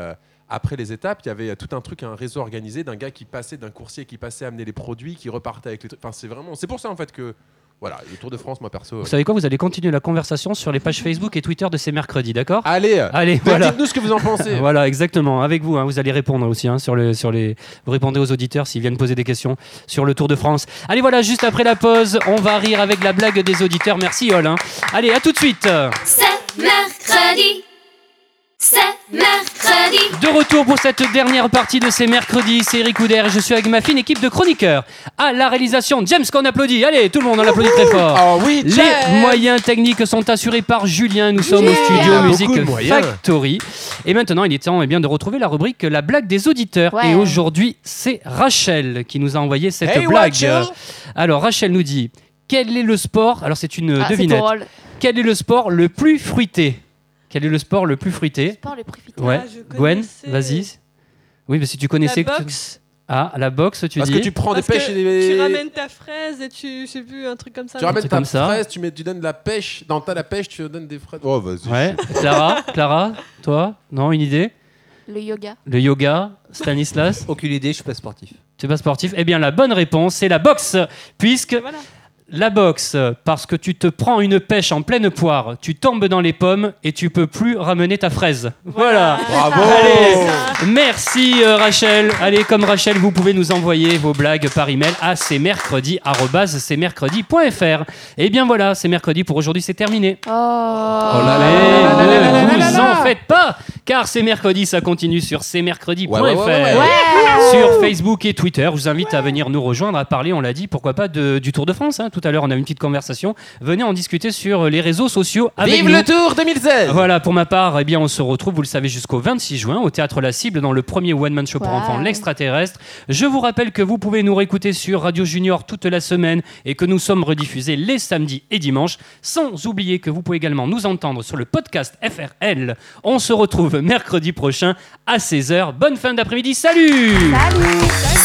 [SPEAKER 4] les étapes, il y avait tout un truc, un réseau organisé d'un gars qui passait, d'un coursier qui passait amener les produits, qui repartait avec les trucs. Enfin, c'est pour ça en fait que voilà, le Tour de France, moi perso.
[SPEAKER 3] Vous savez quoi? Vous allez continuer la conversation sur les pages Facebook et Twitter de ces mercredis, d'accord?
[SPEAKER 4] Allez,
[SPEAKER 3] Allez, voilà.
[SPEAKER 4] dites-nous ce que vous en pensez.
[SPEAKER 3] Voilà, exactement. Avec vous, hein, vous allez répondre aussi vous répondez aux auditeurs s'ils viennent poser des questions sur le Tour de France. Allez, voilà, juste après la pause, on va rire avec la blague des auditeurs. Merci, Hall. Hein. Allez, à tout de suite.
[SPEAKER 2] C'est mercredi. C'est mercredi.
[SPEAKER 3] De retour pour cette dernière partie de ces mercredis, c'est Eric Couder et je suis avec ma fine équipe de chroniqueurs. À la réalisation, James qu'on applaudit. Allez, tout le monde, on l'applaudit très fort.
[SPEAKER 4] Oh oui,
[SPEAKER 3] Les moyens techniques sont assurés par Julien. Nous sommes au studio
[SPEAKER 4] Beaucoup
[SPEAKER 3] Music
[SPEAKER 4] de moyens.
[SPEAKER 3] Factory. Et maintenant, il est temps de retrouver la rubrique La blague des auditeurs.
[SPEAKER 5] Ouais.
[SPEAKER 3] Et aujourd'hui, c'est Rachel qui nous a envoyé cette
[SPEAKER 4] Hey,
[SPEAKER 3] blague.
[SPEAKER 4] Rachel.
[SPEAKER 3] Alors, Rachel nous dit quel est le sport? Alors, c'est une
[SPEAKER 5] Ah, c'est
[SPEAKER 3] devinette.
[SPEAKER 5] drôle.
[SPEAKER 3] Quel est le sport le plus fruité? Quel est le sport le plus fruité?
[SPEAKER 5] Sport le plus fruité.
[SPEAKER 3] Ouais.
[SPEAKER 6] Ah, je
[SPEAKER 3] Gwen,
[SPEAKER 6] connaissais.
[SPEAKER 3] vas-y. Oui, mais si tu connaissais.
[SPEAKER 6] La
[SPEAKER 3] que tu-
[SPEAKER 6] boxe.
[SPEAKER 3] Ah, la boxe, tu
[SPEAKER 4] Parce
[SPEAKER 3] dis.
[SPEAKER 4] que tu prends
[SPEAKER 6] Parce
[SPEAKER 4] des pêches
[SPEAKER 6] que
[SPEAKER 4] et des.
[SPEAKER 6] tu ramènes ta fraise et je sais plus, un truc comme ça.
[SPEAKER 4] Tu ramènes
[SPEAKER 3] C'est
[SPEAKER 4] ta
[SPEAKER 3] comme ça.
[SPEAKER 4] fraise, tu donnes de la pêche. Dans ta la pêche, tu donnes des fraises. Oh, vas-y.
[SPEAKER 3] Ouais. Clara, toi? Non, une idée?
[SPEAKER 5] Le yoga.
[SPEAKER 3] Le yoga, Stanislas?
[SPEAKER 7] Aucune idée, je suis pas sportif.
[SPEAKER 3] Tu es pas sportif? Eh bien, la bonne réponse, c'est la boxe. Puisque
[SPEAKER 6] Voilà.
[SPEAKER 3] la boxe, parce que tu te prends une pêche en pleine poire, tu tombes dans les pommes et tu peux plus ramener ta fraise. Voilà.
[SPEAKER 4] Bravo.
[SPEAKER 3] Allez, merci Rachel. Allez, comme Rachel, vous pouvez nous envoyer vos blagues par email à cmercredi@cmercredi.fr. Et bien voilà, c'est mercredi pour aujourd'hui, c'est terminé.
[SPEAKER 5] Oh.
[SPEAKER 3] Ne vous en faites pas, car c'est mercredi, ça continue sur cmercredi.fr.
[SPEAKER 4] Ouais.
[SPEAKER 3] sur Facebook et Twitter. Je vous invite à venir nous rejoindre, à parler, on l'a dit, pourquoi pas du Tour de France. Tout à l'heure, on a eu une petite conversation. Venez en discuter sur les réseaux sociaux avec
[SPEAKER 4] Vive
[SPEAKER 3] nous.
[SPEAKER 4] le Tour 2016.
[SPEAKER 3] Voilà, pour ma part, eh bien, on se retrouve, vous le savez, jusqu'au 26 juin au Théâtre La Cible dans le premier one-man show pour enfants, L'Extraterrestre. Je vous rappelle que vous pouvez nous réécouter sur Radio Junior toute la semaine et que nous sommes rediffusés les samedis et dimanches. Sans oublier que vous pouvez également nous entendre sur le podcast FRL. On se retrouve mercredi prochain à 16h. Bonne fin d'après-midi. Salut!
[SPEAKER 5] Salut!